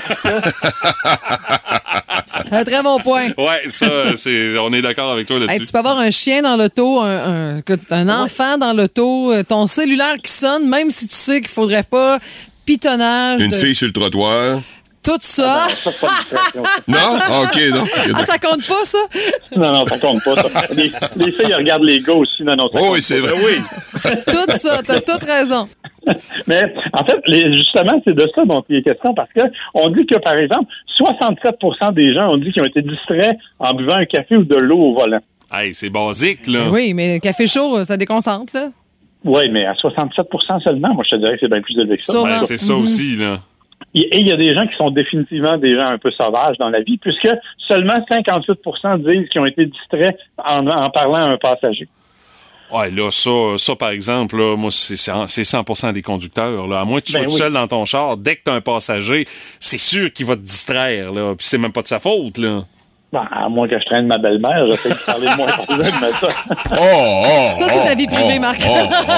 C'est un très bon point. Ouais, ça, c'est, on est d'accord avec toi là-dessus. Hey, tu peux avoir un chien dans l'auto, un, un, écoute, un enfant dans l'auto, euh, ton cellulaire qui sonne, même si tu sais qu'il faudrait pas, pitonnage. Une de- fille sur le trottoir. Tout ça? Ah, non, ça, c'est pas une distraction. Non? Ah, OK, non. OK, Ah, ça compte pas, ça? Non, non, ça compte pas, ça. Les, les filles regardent les gars aussi. Non, non, ça Oh, compte oui, c'est pas. vrai. Oui. Tout ça, t'as toute raison. Mais en fait, les, justement, c'est de ça dont il est question parce que on dit que, par exemple, soixante-sept pour cent des gens ont dit qu'ils ont été distraits en buvant un café ou de l'eau au volant. Hey, c'est basique, là. Oui, mais café chaud, ça déconcentre, là. Oui, mais à soixante-sept pour cent seulement, moi, je te dirais que c'est bien plus élevé que ça. Sûrement. Ben, c'est ça Mhm. aussi, là. Et il y a des gens qui sont définitivement des gens un peu sauvages dans la vie, puisque seulement cinquante-huit pour cent disent qu'ils ont été distraits en, en parlant à un passager. Ouais, là, ça, ça par exemple, là, moi, c'est cent c'est cent pour cent des conducteurs. Là. À moins que tu sois Ben tout oui. seul dans ton char, dès que tu as un passager, c'est sûr qu'il va te distraire. Là. Puis c'est même pas de sa faute. Là. Ben, à moins que je traîne ma belle-mère, j'essaie de parler de moins possible, mais ça. Oh, oh, Ça, c'est ta vie oh, privée, oh, Marc.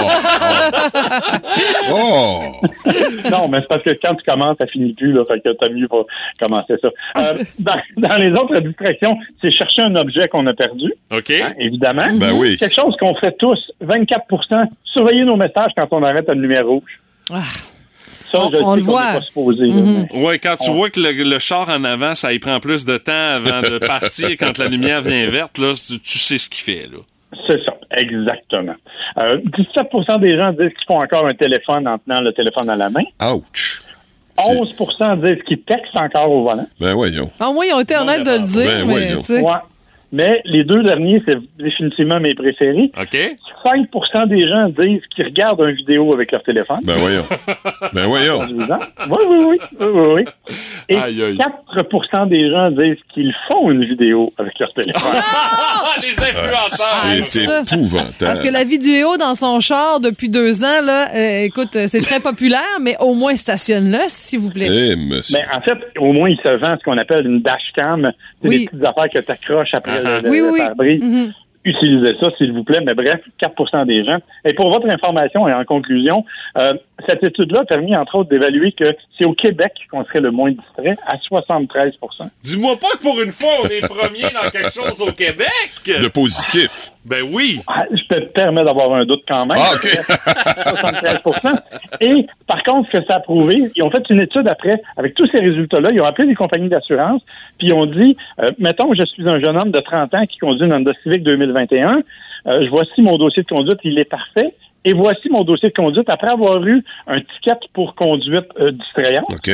Oh, oh. Non, mais c'est parce que quand tu commences, ça finit plus, là, fait que t'as mieux pas commencer ça. Euh, dans, dans les autres distractions, c'est chercher un objet qu'on a perdu, OK? hein, évidemment. Ben oui. Quelque chose qu'on fait tous, vingt-quatre pour cent, surveiller nos messages quand on arrête à une lumière rouge. Ah. Ça, On- je on sais le qu'on voit. n'est pas supposé. là, Mhm. mais- Ouais, quand tu On- vois que le, le char en avant, ça y prend plus de temps avant de partir quand la lumière vient verte, là, tu, tu sais ce qu'il fait. Là. C'est ça, exactement. Euh, dix-sept pour cent des gens disent qu'ils font encore un téléphone en tenant le téléphone à la main. Ouch. onze pour cent disent qu'ils textent encore au volant. Ben voyons. Au moins, ils ont été honnêtes de le dire, Ben, mais voyons. tu sais. Ouais. Mais les deux derniers, c'est définitivement mes préférés. OK? cinq pour cent des gens disent qu'ils regardent une vidéo avec leur téléphone. Ben voyons. Ben voyons. Conduisant. Oui, oui, oui. oui, oui, oui. Et Aïe, aïe. quatre pour cent des gens disent qu'ils font une vidéo avec leur téléphone. Ah, les influenceurs! Ah, C'est ça. épouvantable. Parce que la vidéo dans son char depuis deux ans, là, euh, écoute, euh, c'est très populaire, mais au moins stationne-le, s'il vous plaît. Eh, monsieur. Mais en fait, au moins, il se vend ce qu'on appelle une dashcam. C'est Oui. des petites affaires que tu accroches après Uh-huh. le, le Oui, oui, oui. pare-brise. Mhm. Utilisez ça, s'il vous plaît. Mais bref, quatre pour cent des gens. Et pour votre information et en conclusion, euh, cette étude-là a permis, entre autres, d'évaluer que c'est au Québec qu'on serait le moins distrait, à soixante-treize pour cent. Dis-moi pas que pour une fois, on est premier dans quelque chose au Québec! Le positif. Ben oui! Ah, je te permets d'avoir un doute quand même. Ah, OK. soixante-treize pour cent. Et par contre, ce que ça a prouvé, ils ont fait une étude après, avec tous ces résultats-là, ils ont appelé des compagnies d'assurance, puis ils ont dit, euh, mettons que je suis un jeune homme de trente ans qui conduit une Honda Civic deux mille vingt et un, euh, je voici mon dossier de conduite, il est parfait, et voici mon dossier de conduite après avoir eu un ticket pour conduite euh, distrayante. OK.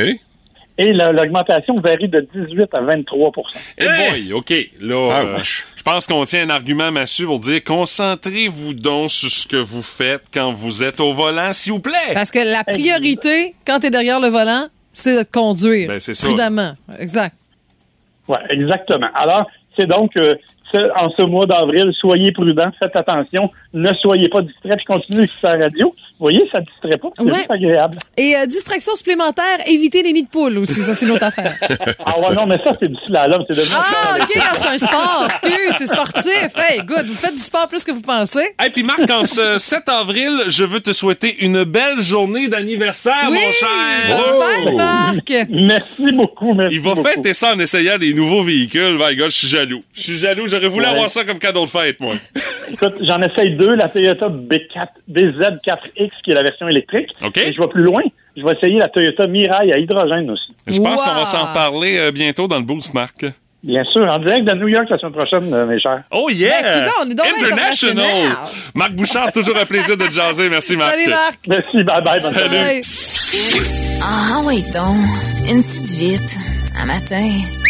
Et la- l'augmentation varie de dix-huit à vingt-trois pour cent. Eh boy, OK. Là, euh, Ouch. je pense qu'on tient un argument massue pour dire concentrez-vous donc sur ce que vous faites quand vous êtes au volant, s'il vous plaît. Parce que la priorité, quand tu es derrière le volant, c'est de te conduire. Ben, c'est ça. Prudemment. Exact. Oui, exactement. Alors, c'est donc, euh, ce- en ce mois d'avril, soyez prudents, faites attention, ne soyez pas distraits, puis continuez sur la radio. Vous voyez, ça ne distrait pas, c'est Ouais. juste agréable. Et euh, distraction supplémentaire, éviter les nids de poules aussi. Ça, c'est une autre affaire. Ah ouais, non, mais ça, c'est du slalom, c'est devenu... Ah, OK, ah, c'est un sport. Excuse, c'est sportif. Hey, good. Vous faites du sport plus que vous pensez. Et puis Marc, en ce sept avril, je veux te souhaiter une belle journée d'anniversaire, Oui! mon cher. Bonne fête, Marc! Merci beaucoup, merci Il va beaucoup. fêter ça en essayant des nouveaux véhicules. My God, je suis jaloux. Je suis jaloux. J'aurais voulu Ouais. avoir ça comme cadeau de fête, moi. Écoute, j'en essaye deux, la Toyota B quatre, B Z quatre X, qui est la version électrique. OK. Et je vais plus loin, je vais essayer la Toyota Mirai à hydrogène aussi. Je pense Wow. qu'on va s'en parler euh, bientôt dans le boost, Marc. Bien sûr, en direct de New York la semaine prochaine, euh, mes chers. Oh yeah! Ben, coudonc, on est donc bien International! international. Marc Bouchard, toujours un plaisir de te jaser. Merci, Marc. Salut, Marc. Merci, bye bye. bonne Salut. soirée. Bye. Ah, oui, donc. Une petite vite. Un matin.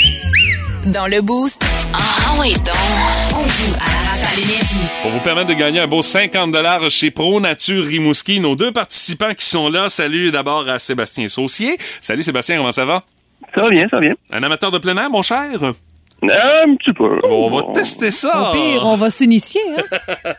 Dans le boost. Ah, oui, donc. On joue à la rafale énergie. Pour vous permettre de gagner un beau cinquante dollars chez Pro Nature Rimouski, nos deux participants qui sont là. Salut d'abord à Sébastien Saucier. Salut Sébastien, comment ça va? Ça va bien, ça va bien. Un amateur de plein air, mon cher? Un petit peu. Bon, on va tester ça. Au pire, on va s'initier. Hein?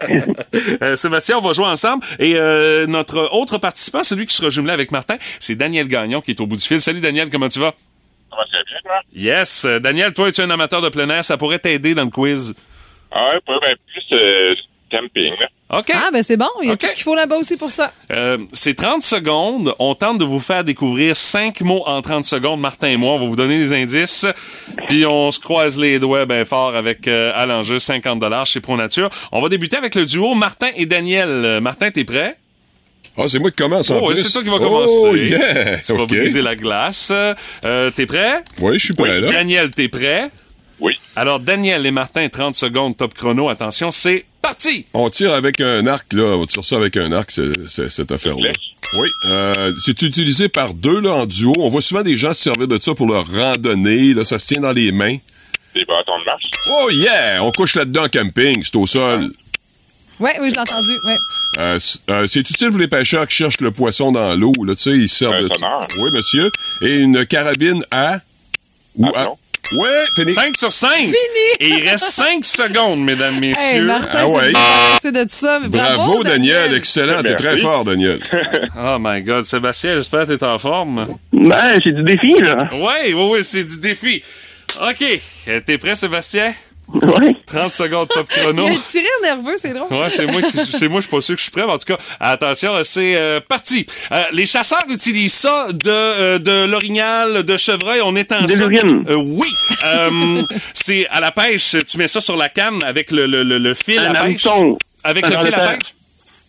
Euh, Sébastien, on va jouer ensemble. Et euh, notre autre participant, celui qui sera jumelé avec Martin, c'est Daniel Gagnon qui est au bout du fil. Salut Daniel, comment tu vas? Ça va très bien, toi? Yes. Euh, Daniel, toi, tu es un amateur de plein air. Ça pourrait t'aider dans le quiz. Ah ouais, pas ben plus euh, camping, là. OK. Ah, ben c'est bon. Il y a OK. tout ce qu'il faut là-bas aussi pour ça. Euh, c'est trente secondes. On tente de vous faire découvrir cinq mots en trente secondes. Martin et moi, on va vous donner des indices. Puis on se croise les doigts bien fort avec euh, à l'enjeu cinquante dollars chez Pro Nature. On va débuter avec le duo Martin et Daniel. Euh, Martin, t'es prêt? Ah, c'est moi qui commence en oh, plus. Oui, c'est toi qui vas oh, commencer. Yeah. Tu vas okay. briser la glace. Euh, t'es prêt? Oui, je suis prêt, oui. là. Daniel, t'es prêt? Oui. Alors, Daniel et Martin, trente secondes, top chrono. Attention, c'est parti! On tire avec un arc, là. On tire ça avec un arc, c'est, c'est, cette affaire-là. Oui. Euh, c'est utilisé par deux, là, en duo. On voit souvent des gens se servir de ça pour leur randonnée. Là, ça se tient dans les mains. Des bâtons de marche. Oh yeah! On couche là-dedans en camping. C'est au sol. Ouais, oui, je l'ai entendu. Ouais. Euh, c'est, euh, c'est utile pour les pêcheurs qui cherchent le poisson dans l'eau. Là, tu sais, ils se servent Un de tonneur. Oui, monsieur. Et une carabine à... Ou Ah, à... non. Ouais, fini. cinq sur cinq. Fini. Et il reste cinq secondes, mesdames, messieurs. Hey, Martin, Ah ouais. c'est de ça. Mais bravo, Bravo, Daniel. Daniel. Excellent. T'es Merci. très fort, Daniel. Oh my God. Sébastien, j'espère que t'es en forme. Ben, c'est du défi, là. Oui, oui, oui, c'est du défi. OK. T'es prêt, Sébastien? Oui. trente secondes, top Il chrono. a tiré nerveux, c'est drôle. Ouais, c'est moi, qui, c'est moi, je suis pas sûr que je suis prêt, mais en tout cas, attention, c'est euh, parti. Euh, les chasseurs utilisent ça de euh, de l'orignal, de chevreuil, on étend De ça. l'urine. Euh, oui. Euh, c'est à la pêche, tu mets ça sur la canne avec le, le, le, le fil Un à pêche. hameçon. Avec Un le genre fil de à pêche. pêche.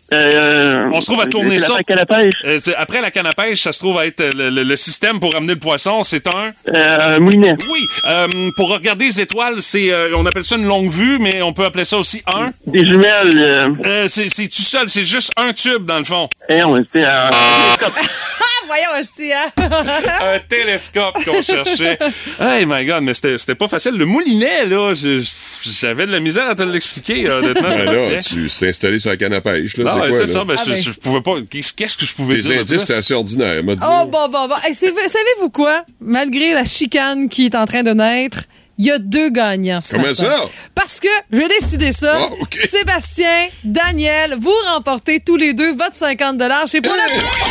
Euh, On se trouve à tourner c'est ça. La canne à pêche. Euh, c'est- après la canne à pêche, ça se trouve à être le, le, le système pour amener le poisson, c'est un... Euh, un moulinet. Oui. Euh, pour regarder les étoiles, c'est euh, on appelle ça une longue vue, mais on peut appeler ça aussi un... Des jumelles. Euh, Euh, c'est, c'est tout seul, c'est juste un tube dans le fond. eh, on c'était un télescope. Ah, voyons, hostie, hein? Un télescope qu'on cherchait. Hey my God, mais c'était, c'était pas facile. Le moulinet, là, je- j'avais de la misère à te l'expliquer, honnêtement. Ben je là, pensais. tu t'es installé sur la canne à pêche. Là, Ah, c'est ouais, quoi, c'est là? ça. Ben, Ah, je, ben. je pouvais pas. Qu'est-ce, qu'est-ce que je pouvais Tes dire? de indices, plus? c'était assez ordinaire. m'a dit. Oh, bon, bon, bon. Hey, c'est- savez-vous quoi? Malgré la chicane qui est en train de naître, il y a deux gagnants ce Comment matin. ça? Parce que j'ai décidé ça. Ah, OK. Sébastien, Daniel, vous remportez tous les deux votre cinquante dollars chez Pour la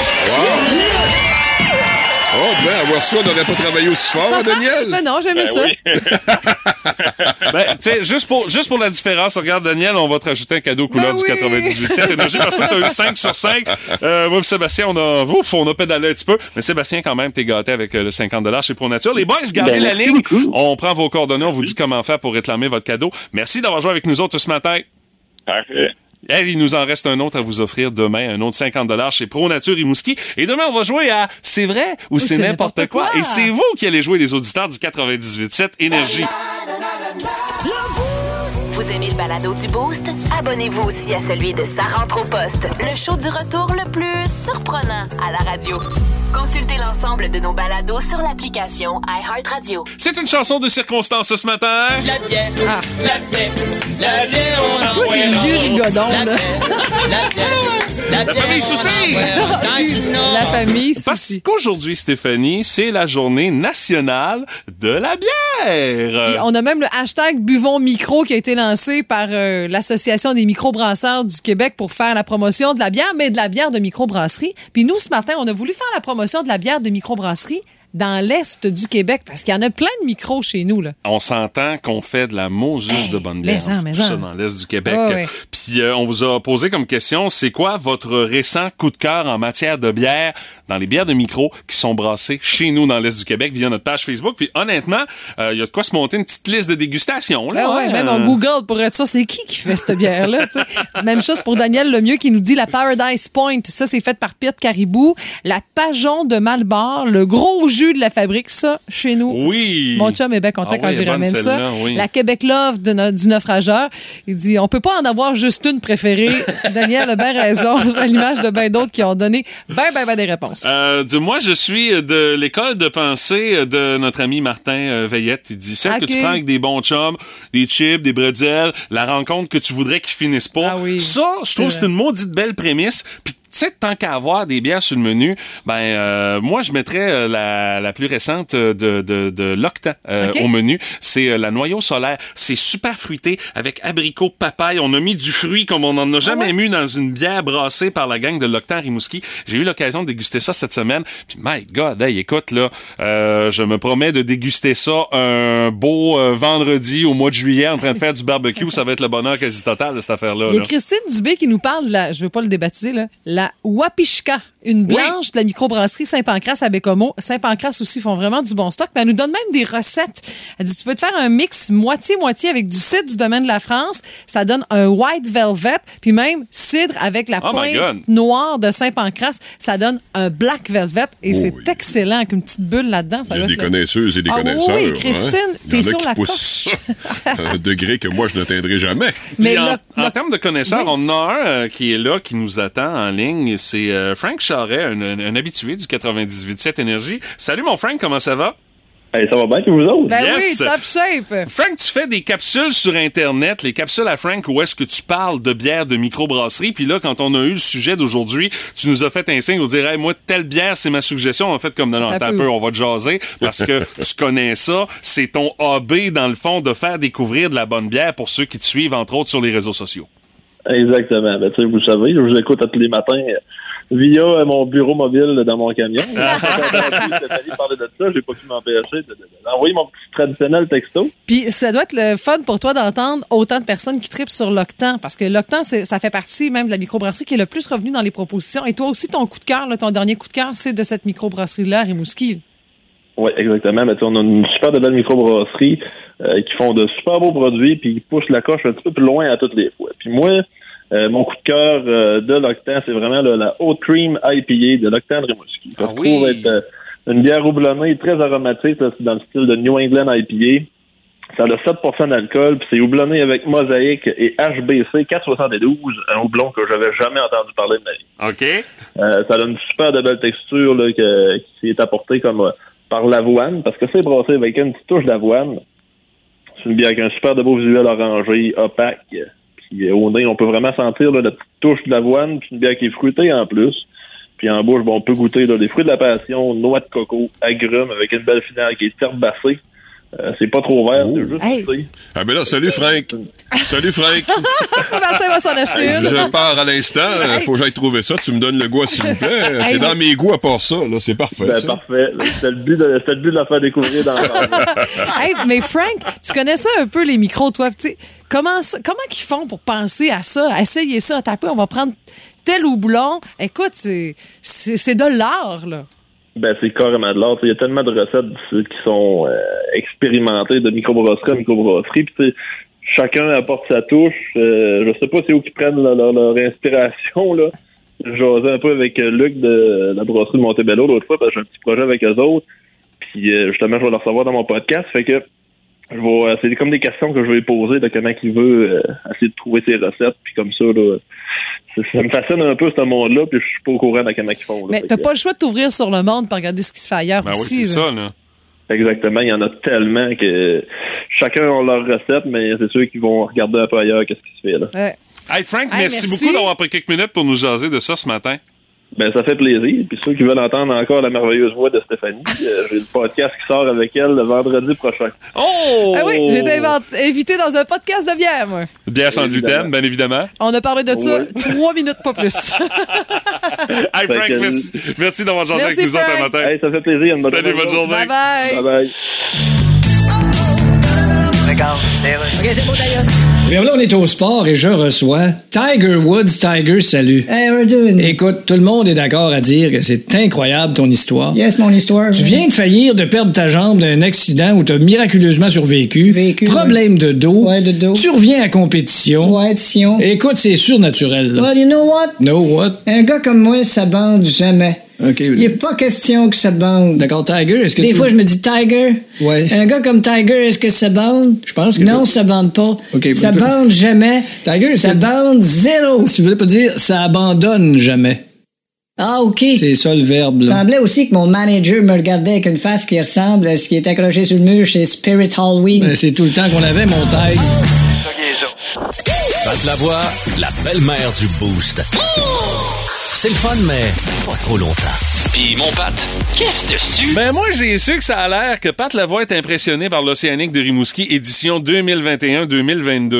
Oh, ben, avoir ça, on n'aurait pas travaillé aussi fort, hein, Daniel? Mais non, j'aimais Ben ça. oui. Ben, tu sais, juste pour, juste pour la différence, regarde, Daniel, on va te rajouter un cadeau couleur Ben du oui. quatre-vingt-dix-huit sept Énergie parce que t'as eu cinq sur cinq. Euh, moi, pis Sébastien, on a, ouf, on a pédalé un petit peu. Mais Sébastien, quand même, t'es gâté avec euh, le cinquante dollars chez Pro Nature. Les boys, gardez Ben, la merci ligne. beaucoup. On prend vos coordonnées, on vous dit comment faire pour réclamer votre cadeau. Merci d'avoir joué avec nous autres ce matin. Parfait. Hey, il nous en reste un autre à vous offrir demain, un autre cinquante dollars chez Pro Nature Rimouski. Et demain, on va jouer à C'est vrai ou c'est n'importe quoi. Et c'est vous qui allez jouer les auditeurs du quatre-vingt-dix-huit sept Énergie. Vous aimez le balado du Boost? Abonnez-vous aussi à celui de Sa rentre au poste, le show du retour le plus surprenant à la radio. Consultez l'ensemble de nos balados sur l'application iHeartRadio. C'est une chanson de circonstance ce matin. La bière, Ah. la bière, la bière, on en Toi, boit des un. vieux rigodons, La là. bière, la bière, la La bière, famille on en Soucy. boit un. Dans Excuse, le Nord. la famille Parce Soucy. qu'aujourd'hui, Stéphanie, c'est la journée nationale de la bière. Puis on a même le hashtag Buvons Micro qui a été lancé par euh, l'Association des microbrasseurs du Québec pour faire la promotion de la bière, mais de la bière de microbrasserie. Puis nous, ce matin, on a voulu faire la promotion de la bière de microbrasserie dans l'Est du Québec parce qu'il y en a plein de micros chez nous, là. On s'entend qu'on fait de la Moses de bonne bière. mais en, mais tout en. ça dans l'Est du Québec. Ouais, ouais. Puis euh, on vous a posé comme question, c'est quoi votre récent coup de cœur en matière de bière dans les bières de micro qui sont brassées chez nous dans l'Est du Québec via notre page Facebook. Puis honnêtement, il euh, y a de quoi se monter une petite liste de dégustation. Là, Ah ouais, hein? même on Google pour être ça, c'est qui qui fait cette bière-là? tu sais? Même chose pour Daniel Lemieux qui nous dit la Paradise Point. Ça, c'est fait par Pete Caribou. La Pajon de Malbar, le gros jus de la fabrique. Ça, chez nous. Oui. Mon chum est bien content Ah quand oui, j'y bonne ramène ça. celle-là, oui. La Québec Love de no- du naufrageur. Il dit, on peut pas en avoir juste une préférée. Daniel a bien raison. C'est à l'image de bien d'autres qui ont donné ben, ben, ben des réponses. Euh, de, moi, je suis de l'école de pensée de notre ami Martin euh, Veillette. Il dit celle Ok. que tu prends avec des bons chums, des chips, des bretzels, la rencontre que tu voudrais qu'ils finissent pas. Ah oui. Ça, je trouve que C'est c'est une maudite belle prémisse. Puis tu sais, tant qu'à avoir des bières sur le menu, ben euh, moi, je mettrais euh, la, la plus récente de, de, de l'Octan euh, Ok. au menu. C'est euh, la Noyau solaire. C'est super fruité avec abricot, papaye. On a mis du fruit comme on n'en a jamais ouais? mis dans une bière brassée par la gang de l'Octan Rimouski. J'ai eu l'occasion de déguster ça cette semaine. Puis, my God, hey, écoute, là, euh, je me promets de déguster ça un beau euh, vendredi au mois de juillet en train de faire du barbecue. Ça va être le bonheur quasi total de cette affaire-là. Il y a là. Christine Dubé qui nous parle de la, je veux pas le débaptiser, là, la Wapishka. Une blanche oui. de la microbrasserie Saint-Pancras à Bécomo. Saint-Pancras aussi font vraiment du bon stock. Puis elle nous donne même des recettes. Elle dit, tu peux te faire un mix moitié-moitié avec du cidre du domaine de la France. Ça donne un white velvet. Puis même cidre avec la oh pointe noire de Saint-Pancras. Ça donne un black velvet. Et oh c'est oui. excellent avec une petite bulle là-dedans. Ça Il y a des connaisseuses et des ah, connaisseurs. Oui, Christine, hein? t'es sur la coche. Un degré que moi, je n'atteindrai jamais. Mais en, le, en le... termes de connaisseurs, oui. on en a un euh, qui est là, qui nous attend en ligne. C'est euh, Frank Charret, un, un, un habitué du quatre-vingt-dix-huit sept Énergie. Salut mon Frank, comment ça va? Hey, ça va bien que vous autres? Ben yes. oui, top shape! Frank, tu fais des capsules sur Internet, les capsules à Frank, où est-ce que tu parles de bière de microbrasserie. Puis là, quand on a eu le sujet d'aujourd'hui, tu nous as fait un signe pour dire hey, « moi, telle bière, c'est ma suggestion. » On a fait comme « Non, non, attends un peu, on va te jaser. » Parce que tu connais ça. C'est ton hobby, dans le fond, de faire découvrir de la bonne bière pour ceux qui te suivent, entre autres, sur les réseaux sociaux. Exactement. Ben, tu sais, vous le savez, je vous écoute tous les matins via mon bureau mobile dans mon camion. Quand j'ai parlé de ça, j'ai pas pu m'empêcher d'envoyer mon petit traditionnel texto. Puis ça doit être le fun pour toi d'entendre autant de personnes qui trippent sur l'Octan, parce que l'Octan, c'est, ça fait partie même de la microbrasserie qui est le plus revenu dans les propositions. Et toi aussi, ton coup de cœur, là, ton dernier coup de cœur, c'est de cette microbrasserie-là, Rimouski. Oui, exactement. Mais on a une super de belle microbrasserie euh, qui font de super beaux produits puis qui poussent la coche un petit peu plus loin à toutes les fois. Puis moi, euh, mon coup de cœur euh, de l'Octan, c'est vraiment là, la Oat Cream I P A de l'Octan de Rimouski. Ça se trouve être euh, une bière houblonnée très aromatique, là, c'est dans le style de New England I P A. Ça a sept pour cent d'alcool, puis c'est houblonné avec Mosaïque et H B C quatre soixante-douze, un houblon que j'avais jamais entendu parler de ma vie. OK. Euh, ça a une super de belle texture là, que, qui est apportée comme... Euh, par l'avoine, parce que c'est brassé avec une petite touche d'avoine. C'est une bière avec un super de beau visuel orangé, opaque. Puis au nez, on peut vraiment sentir là, la petite touche d'avoine, puis une bière qui est fruitée en plus. Puis en bouche, bon, on peut goûter là, des fruits de la passion, noix de coco, agrumes, avec une belle finale qui est herbacée. Euh, c'est pas trop vert, oh. c'est juste hey. poussé. Ah ben là, salut Frank. Salut Frank. Martin va s'en acheter une. Je pars à l'instant. Hey. Faut que j'aille trouver ça. Tu me donnes le goût, s'il vous plaît. Hey. C'est dans mes goûts à part ça. Là, c'est parfait. Ben, ça. Parfait. C'était le but de, c'était le but de la faire découvrir dans la hey, mais Frank, tu connais ça un peu, les micros, toi. T'sais, comment, comment ils font pour penser à ça, à essayer ça, à taper, on va prendre tel houblon. Écoute, c'est, c'est, c'est de l'art, là. Ben, c'est carrément de l'art. Il y a tellement de recettes qui sont euh, expérimentées de microbrasserie à microbrasserie. Puis, chacun apporte sa touche. Euh, je sais pas c'est où qu'ils prennent leur, leur, leur inspiration, là. J'osais un peu avec Luc de la brasserie de Montebello l'autre fois, parce que j'ai un petit projet avec eux autres. Puis, euh, justement, je vais leur recevoir dans mon podcast. Fait que, je vais, c'est comme des questions que je vais lui poser de comment il veut euh, essayer de trouver ses recettes. Puis, comme ça, là. Ça, ça me fascine un peu, ce monde-là, puis je suis pas au courant de comment ils font. Là, mais t'as que... pas le choix de t'ouvrir sur le monde pour regarder ce qui se fait ailleurs ben aussi. Oui, c'est là. ça, là. Exactement, il y en a tellement que chacun a leur recette, mais c'est ceux qui vont regarder un peu ailleurs qu'est-ce qui se fait, là. Ouais. Hey, Frank, hey, merci, merci beaucoup d'avoir pris quelques minutes pour nous jaser de ça ce matin. Ben, ça fait plaisir. Puis ceux qui veulent entendre encore la merveilleuse voix de Stéphanie, euh, j'ai le podcast qui sort avec elle le vendredi prochain. Oh! Ah oui, j'ai été invité dans un podcast de bière, moi. Bière sans gluten, bien évidemment. On a parlé de ça oui. trois minutes, pas plus. Hey, Frank, que... merci, merci d'avoir jasé avec nous Frank. autres un matin. Hey, ça fait plaisir. Une bonne Salut, bonne journée. Bye bye. Bye bye. OK, c'est beau, d'ailleurs. Bien là, on est au sport et je reçois Tiger Woods. Tiger, salut. Hey, we're doing. Écoute, tout le monde est d'accord à dire que c'est incroyable ton histoire. Yes, mon histoire. Tu viens de faillir de perdre ta jambe d'un accident où tu as miraculeusement survécu. Vécu. Problème ouais. de dos. Ouais, de dos. Tu reviens à compétition. Ouais, Sion. Écoute, c'est surnaturel. Là. Well, you know what? Know what? Un gars comme moi, ça bande jamais. Okay. Il n'est pas question que ça bande. D'accord, Tiger, est-ce que Des tu... fois, je me dis, Tiger, ouais. un gars comme Tiger, est-ce que ça bande? Je pense que... Non, ça bande pas. Okay, ça mais... bande jamais. Tiger, ça c'est... bande zéro. Tu voulais pas dire ça abandonne jamais. Ah, OK. C'est ça le verbe. Il semblait aussi que mon manager me regardait avec une face qui ressemble à ce qui est accroché sur le mur chez Spirit Halloween. Ben, c'est tout le temps qu'on avait, mon Tiger. Pat Lavoie, la belle-mère du Boost. C'est le fun, mais pas trop longtemps. Puis mon Pat, qu'est-ce dessus? Ben moi, j'ai su que ça a l'air que Pat Lavoie est impressionné par l'Océanique de Rimouski, édition deux mille vingt et un deux mille vingt-deux.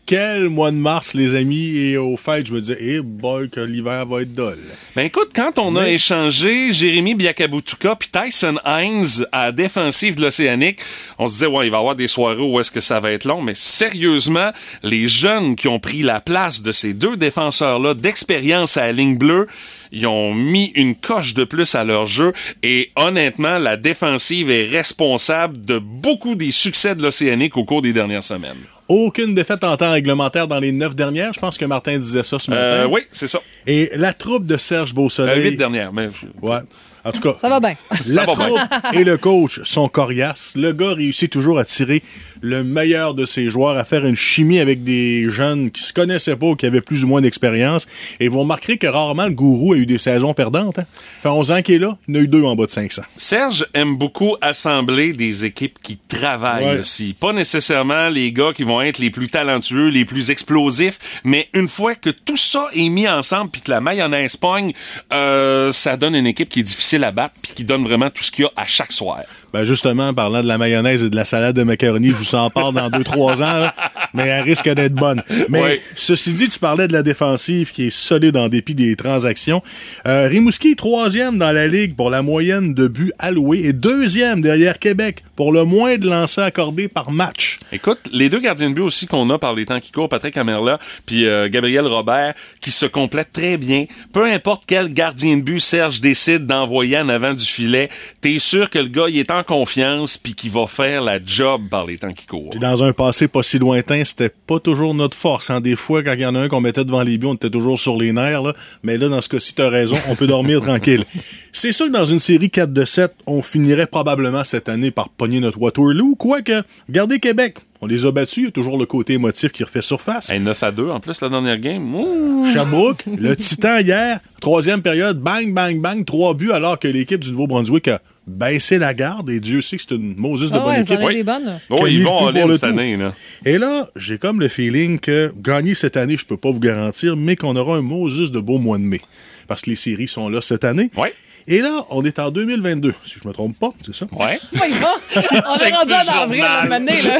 quel mois de mars, les amis, et au fait, je me disais, eh boy, que l'hiver va être dole. Ben écoute, quand on a Mais... échangé Jérémy Biakabutuka puis Tyson Hines à la défensive de l'Océanique, on se disait, ouais, il va y avoir des soirées où est-ce que ça va être long, mais sérieusement, les jeunes qui ont pris la place de ces deux défenseurs-là d'expérience à la ligne bleue, ils ont mis une coche de plus à leur jeu et honnêtement, la défensive est responsable de beaucoup des succès de l'Océanique au cours des dernières semaines. Aucune défaite en temps réglementaire dans les neuf dernières. Je pense que Martin disait ça ce matin. Euh, oui, c'est ça. Et la troupe de Serge Beausoleil... Euh, huit dernières, mais... Ouais. En tout cas, ça va bien. La troupe et le coach sont coriaces. Le gars réussit toujours à tirer le meilleur de ses joueurs, à faire une chimie avec des jeunes qui se connaissaient pas ou qui avaient plus ou moins d'expérience. Et vous remarquerez que rarement le gourou a eu des saisons perdantes. Hein? Ça fait onze ans qu'il est là, il y en a eu deux en bas de cinq cents. Serge aime beaucoup assembler des équipes qui travaillent ouais. aussi. Pas nécessairement les gars qui vont être les plus talentueux, les plus explosifs, mais une fois que tout ça est mis ensemble puis que la mayonnaise pogne, euh, ça donne une équipe qui est difficile à battre puis qui donne vraiment tout ce qu'il y a à chaque soir. Ben justement, parlant de la mayonnaise et de la salade de macaroni, je vous en parle dans deux trois ans, là, mais elle risque d'être bonne. Mais oui. Ceci dit, tu parlais de la défensive qui est solide en dépit des transactions. Euh, Rimouski, troisième dans la Ligue pour la moyenne de buts alloués et deuxième derrière Québec pour le moins de lancers accordés par match. Écoute, les deux gardiens de but aussi qu'on a par les temps qui courent, Patrick Amerla puis euh, Gabriel Robert, qui se complètent très bien. Peu importe quel gardien de but Serge décide d'envoyer en avant du filet, t'es sûr que le gars, il est en confiance puis qu'il va faire la job par les temps qui courent. Puis dans un passé pas si lointain, c'était pas toujours notre force. Hein. Des fois, quand il y en a un qu'on mettait devant les buts, on était toujours sur les nerfs. Là. Mais là, dans ce cas-ci, t'as raison, on peut dormir tranquille. C'est sûr que dans une série quatre de sept, on finirait probablement cette année par pogner notre Waterloo. Quoique, regardez Québec. On les a battus, il y a toujours le côté émotif qui refait surface. Hey, neuf à deux, en plus, la dernière game. Ouh. Sherbrooke, le Titan hier, troisième période, bang, bang, bang, trois buts, alors que l'équipe du Nouveau-Brunswick a baissé la garde, et Dieu sait que c'est une Moses de ah bonne ouais, équipe. Ça en est des bonnes. Oh, ils vont aller cette année. Là. Et là, j'ai comme le feeling que gagner cette année, je peux pas vous garantir, mais qu'on aura un Moses de beau mois de mai. Parce que les séries sont là cette année. Ouais. Et là, on est en deux mille vingt-deux, si je me trompe pas, c'est ça? Ouais. Ouais on est rendu en avril, à un moment donné, là.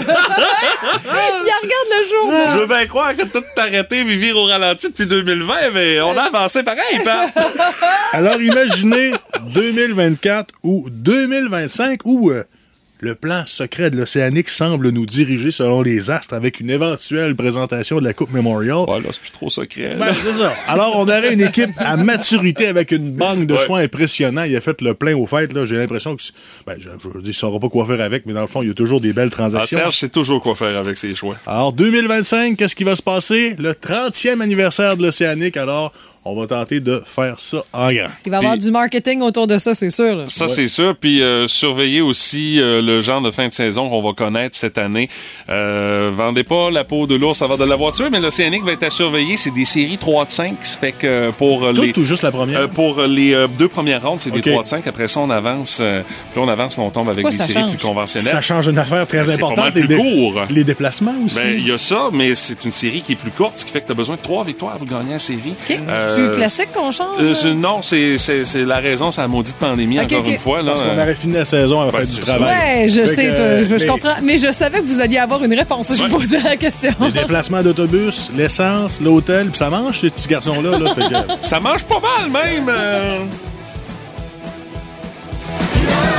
Il regarde le jour, là. Je veux bien croire que tout est arrêté, vivre au ralenti depuis deux mille vingt, mais on a avancé pareil, pas? Alors, imaginez deux mille vingt-quatre ou deux mille vingt-cinq où... Euh, le plan secret de l'Océanique semble nous diriger selon les astres avec une éventuelle présentation de la Coupe Memorial. Ouais, là, c'est plus trop secret. Ben, c'est ça. Alors, on aurait une équipe à maturité avec une banque de ouais. choix impressionnant. Il a fait le plein au fait. Là, j'ai l'impression que... Ben, je, je dis, il ne saura pas quoi faire avec, mais dans le fond, il y a toujours des belles transactions. Ah, Serge sait toujours quoi faire avec ses choix. Alors, deux mille vingt-cinq, qu'est-ce qui va se passer? Le trentième anniversaire de l'Océanique. Alors, on va tenter de faire ça en grand. Il va y avoir Puis, du marketing autour de ça, c'est sûr. Là. Ça, ouais. c'est sûr. Puis, euh, surveillez aussi euh, le genre de fin de saison qu'on va connaître cette année. Euh, vendez pas la peau de l'ours avant de l'avoir tué, mais l'Océanique va être à surveiller. C'est des séries trois de cinq. Ça fait que pour Tout les... ou juste la première? Euh, pour les euh, deux premières rondes, c'est okay. des trois de cinq. Après ça, on avance. Euh, puis on avance, on tombe avec Pourquoi des séries change? plus conventionnelles. Ça change une affaire très ben, importante. C'est pas mal plus les, court. Les déplacements aussi. Ben, il y a ça, mais c'est une série qui est plus courte, ce qui fait que tu as besoin de trois victoires pour gagner la série. Okay. Euh, c'est classique qu'on change? Euh, c'est, non, c'est, c'est, c'est la raison, c'est la maudite pandémie, okay, encore okay. une fois. Là, parce qu'on aurait fini la saison à la fin du travail. Ouais, je fait sais, que, je, je mais... comprends. Mais je savais que vous alliez avoir une réponse. Ouais. Je vous posais la question. Les déplacements d'autobus, l'essence, l'hôtel, puis ça mange, ces petits garçons-là. Là, que... Ça mange pas mal, même. Euh...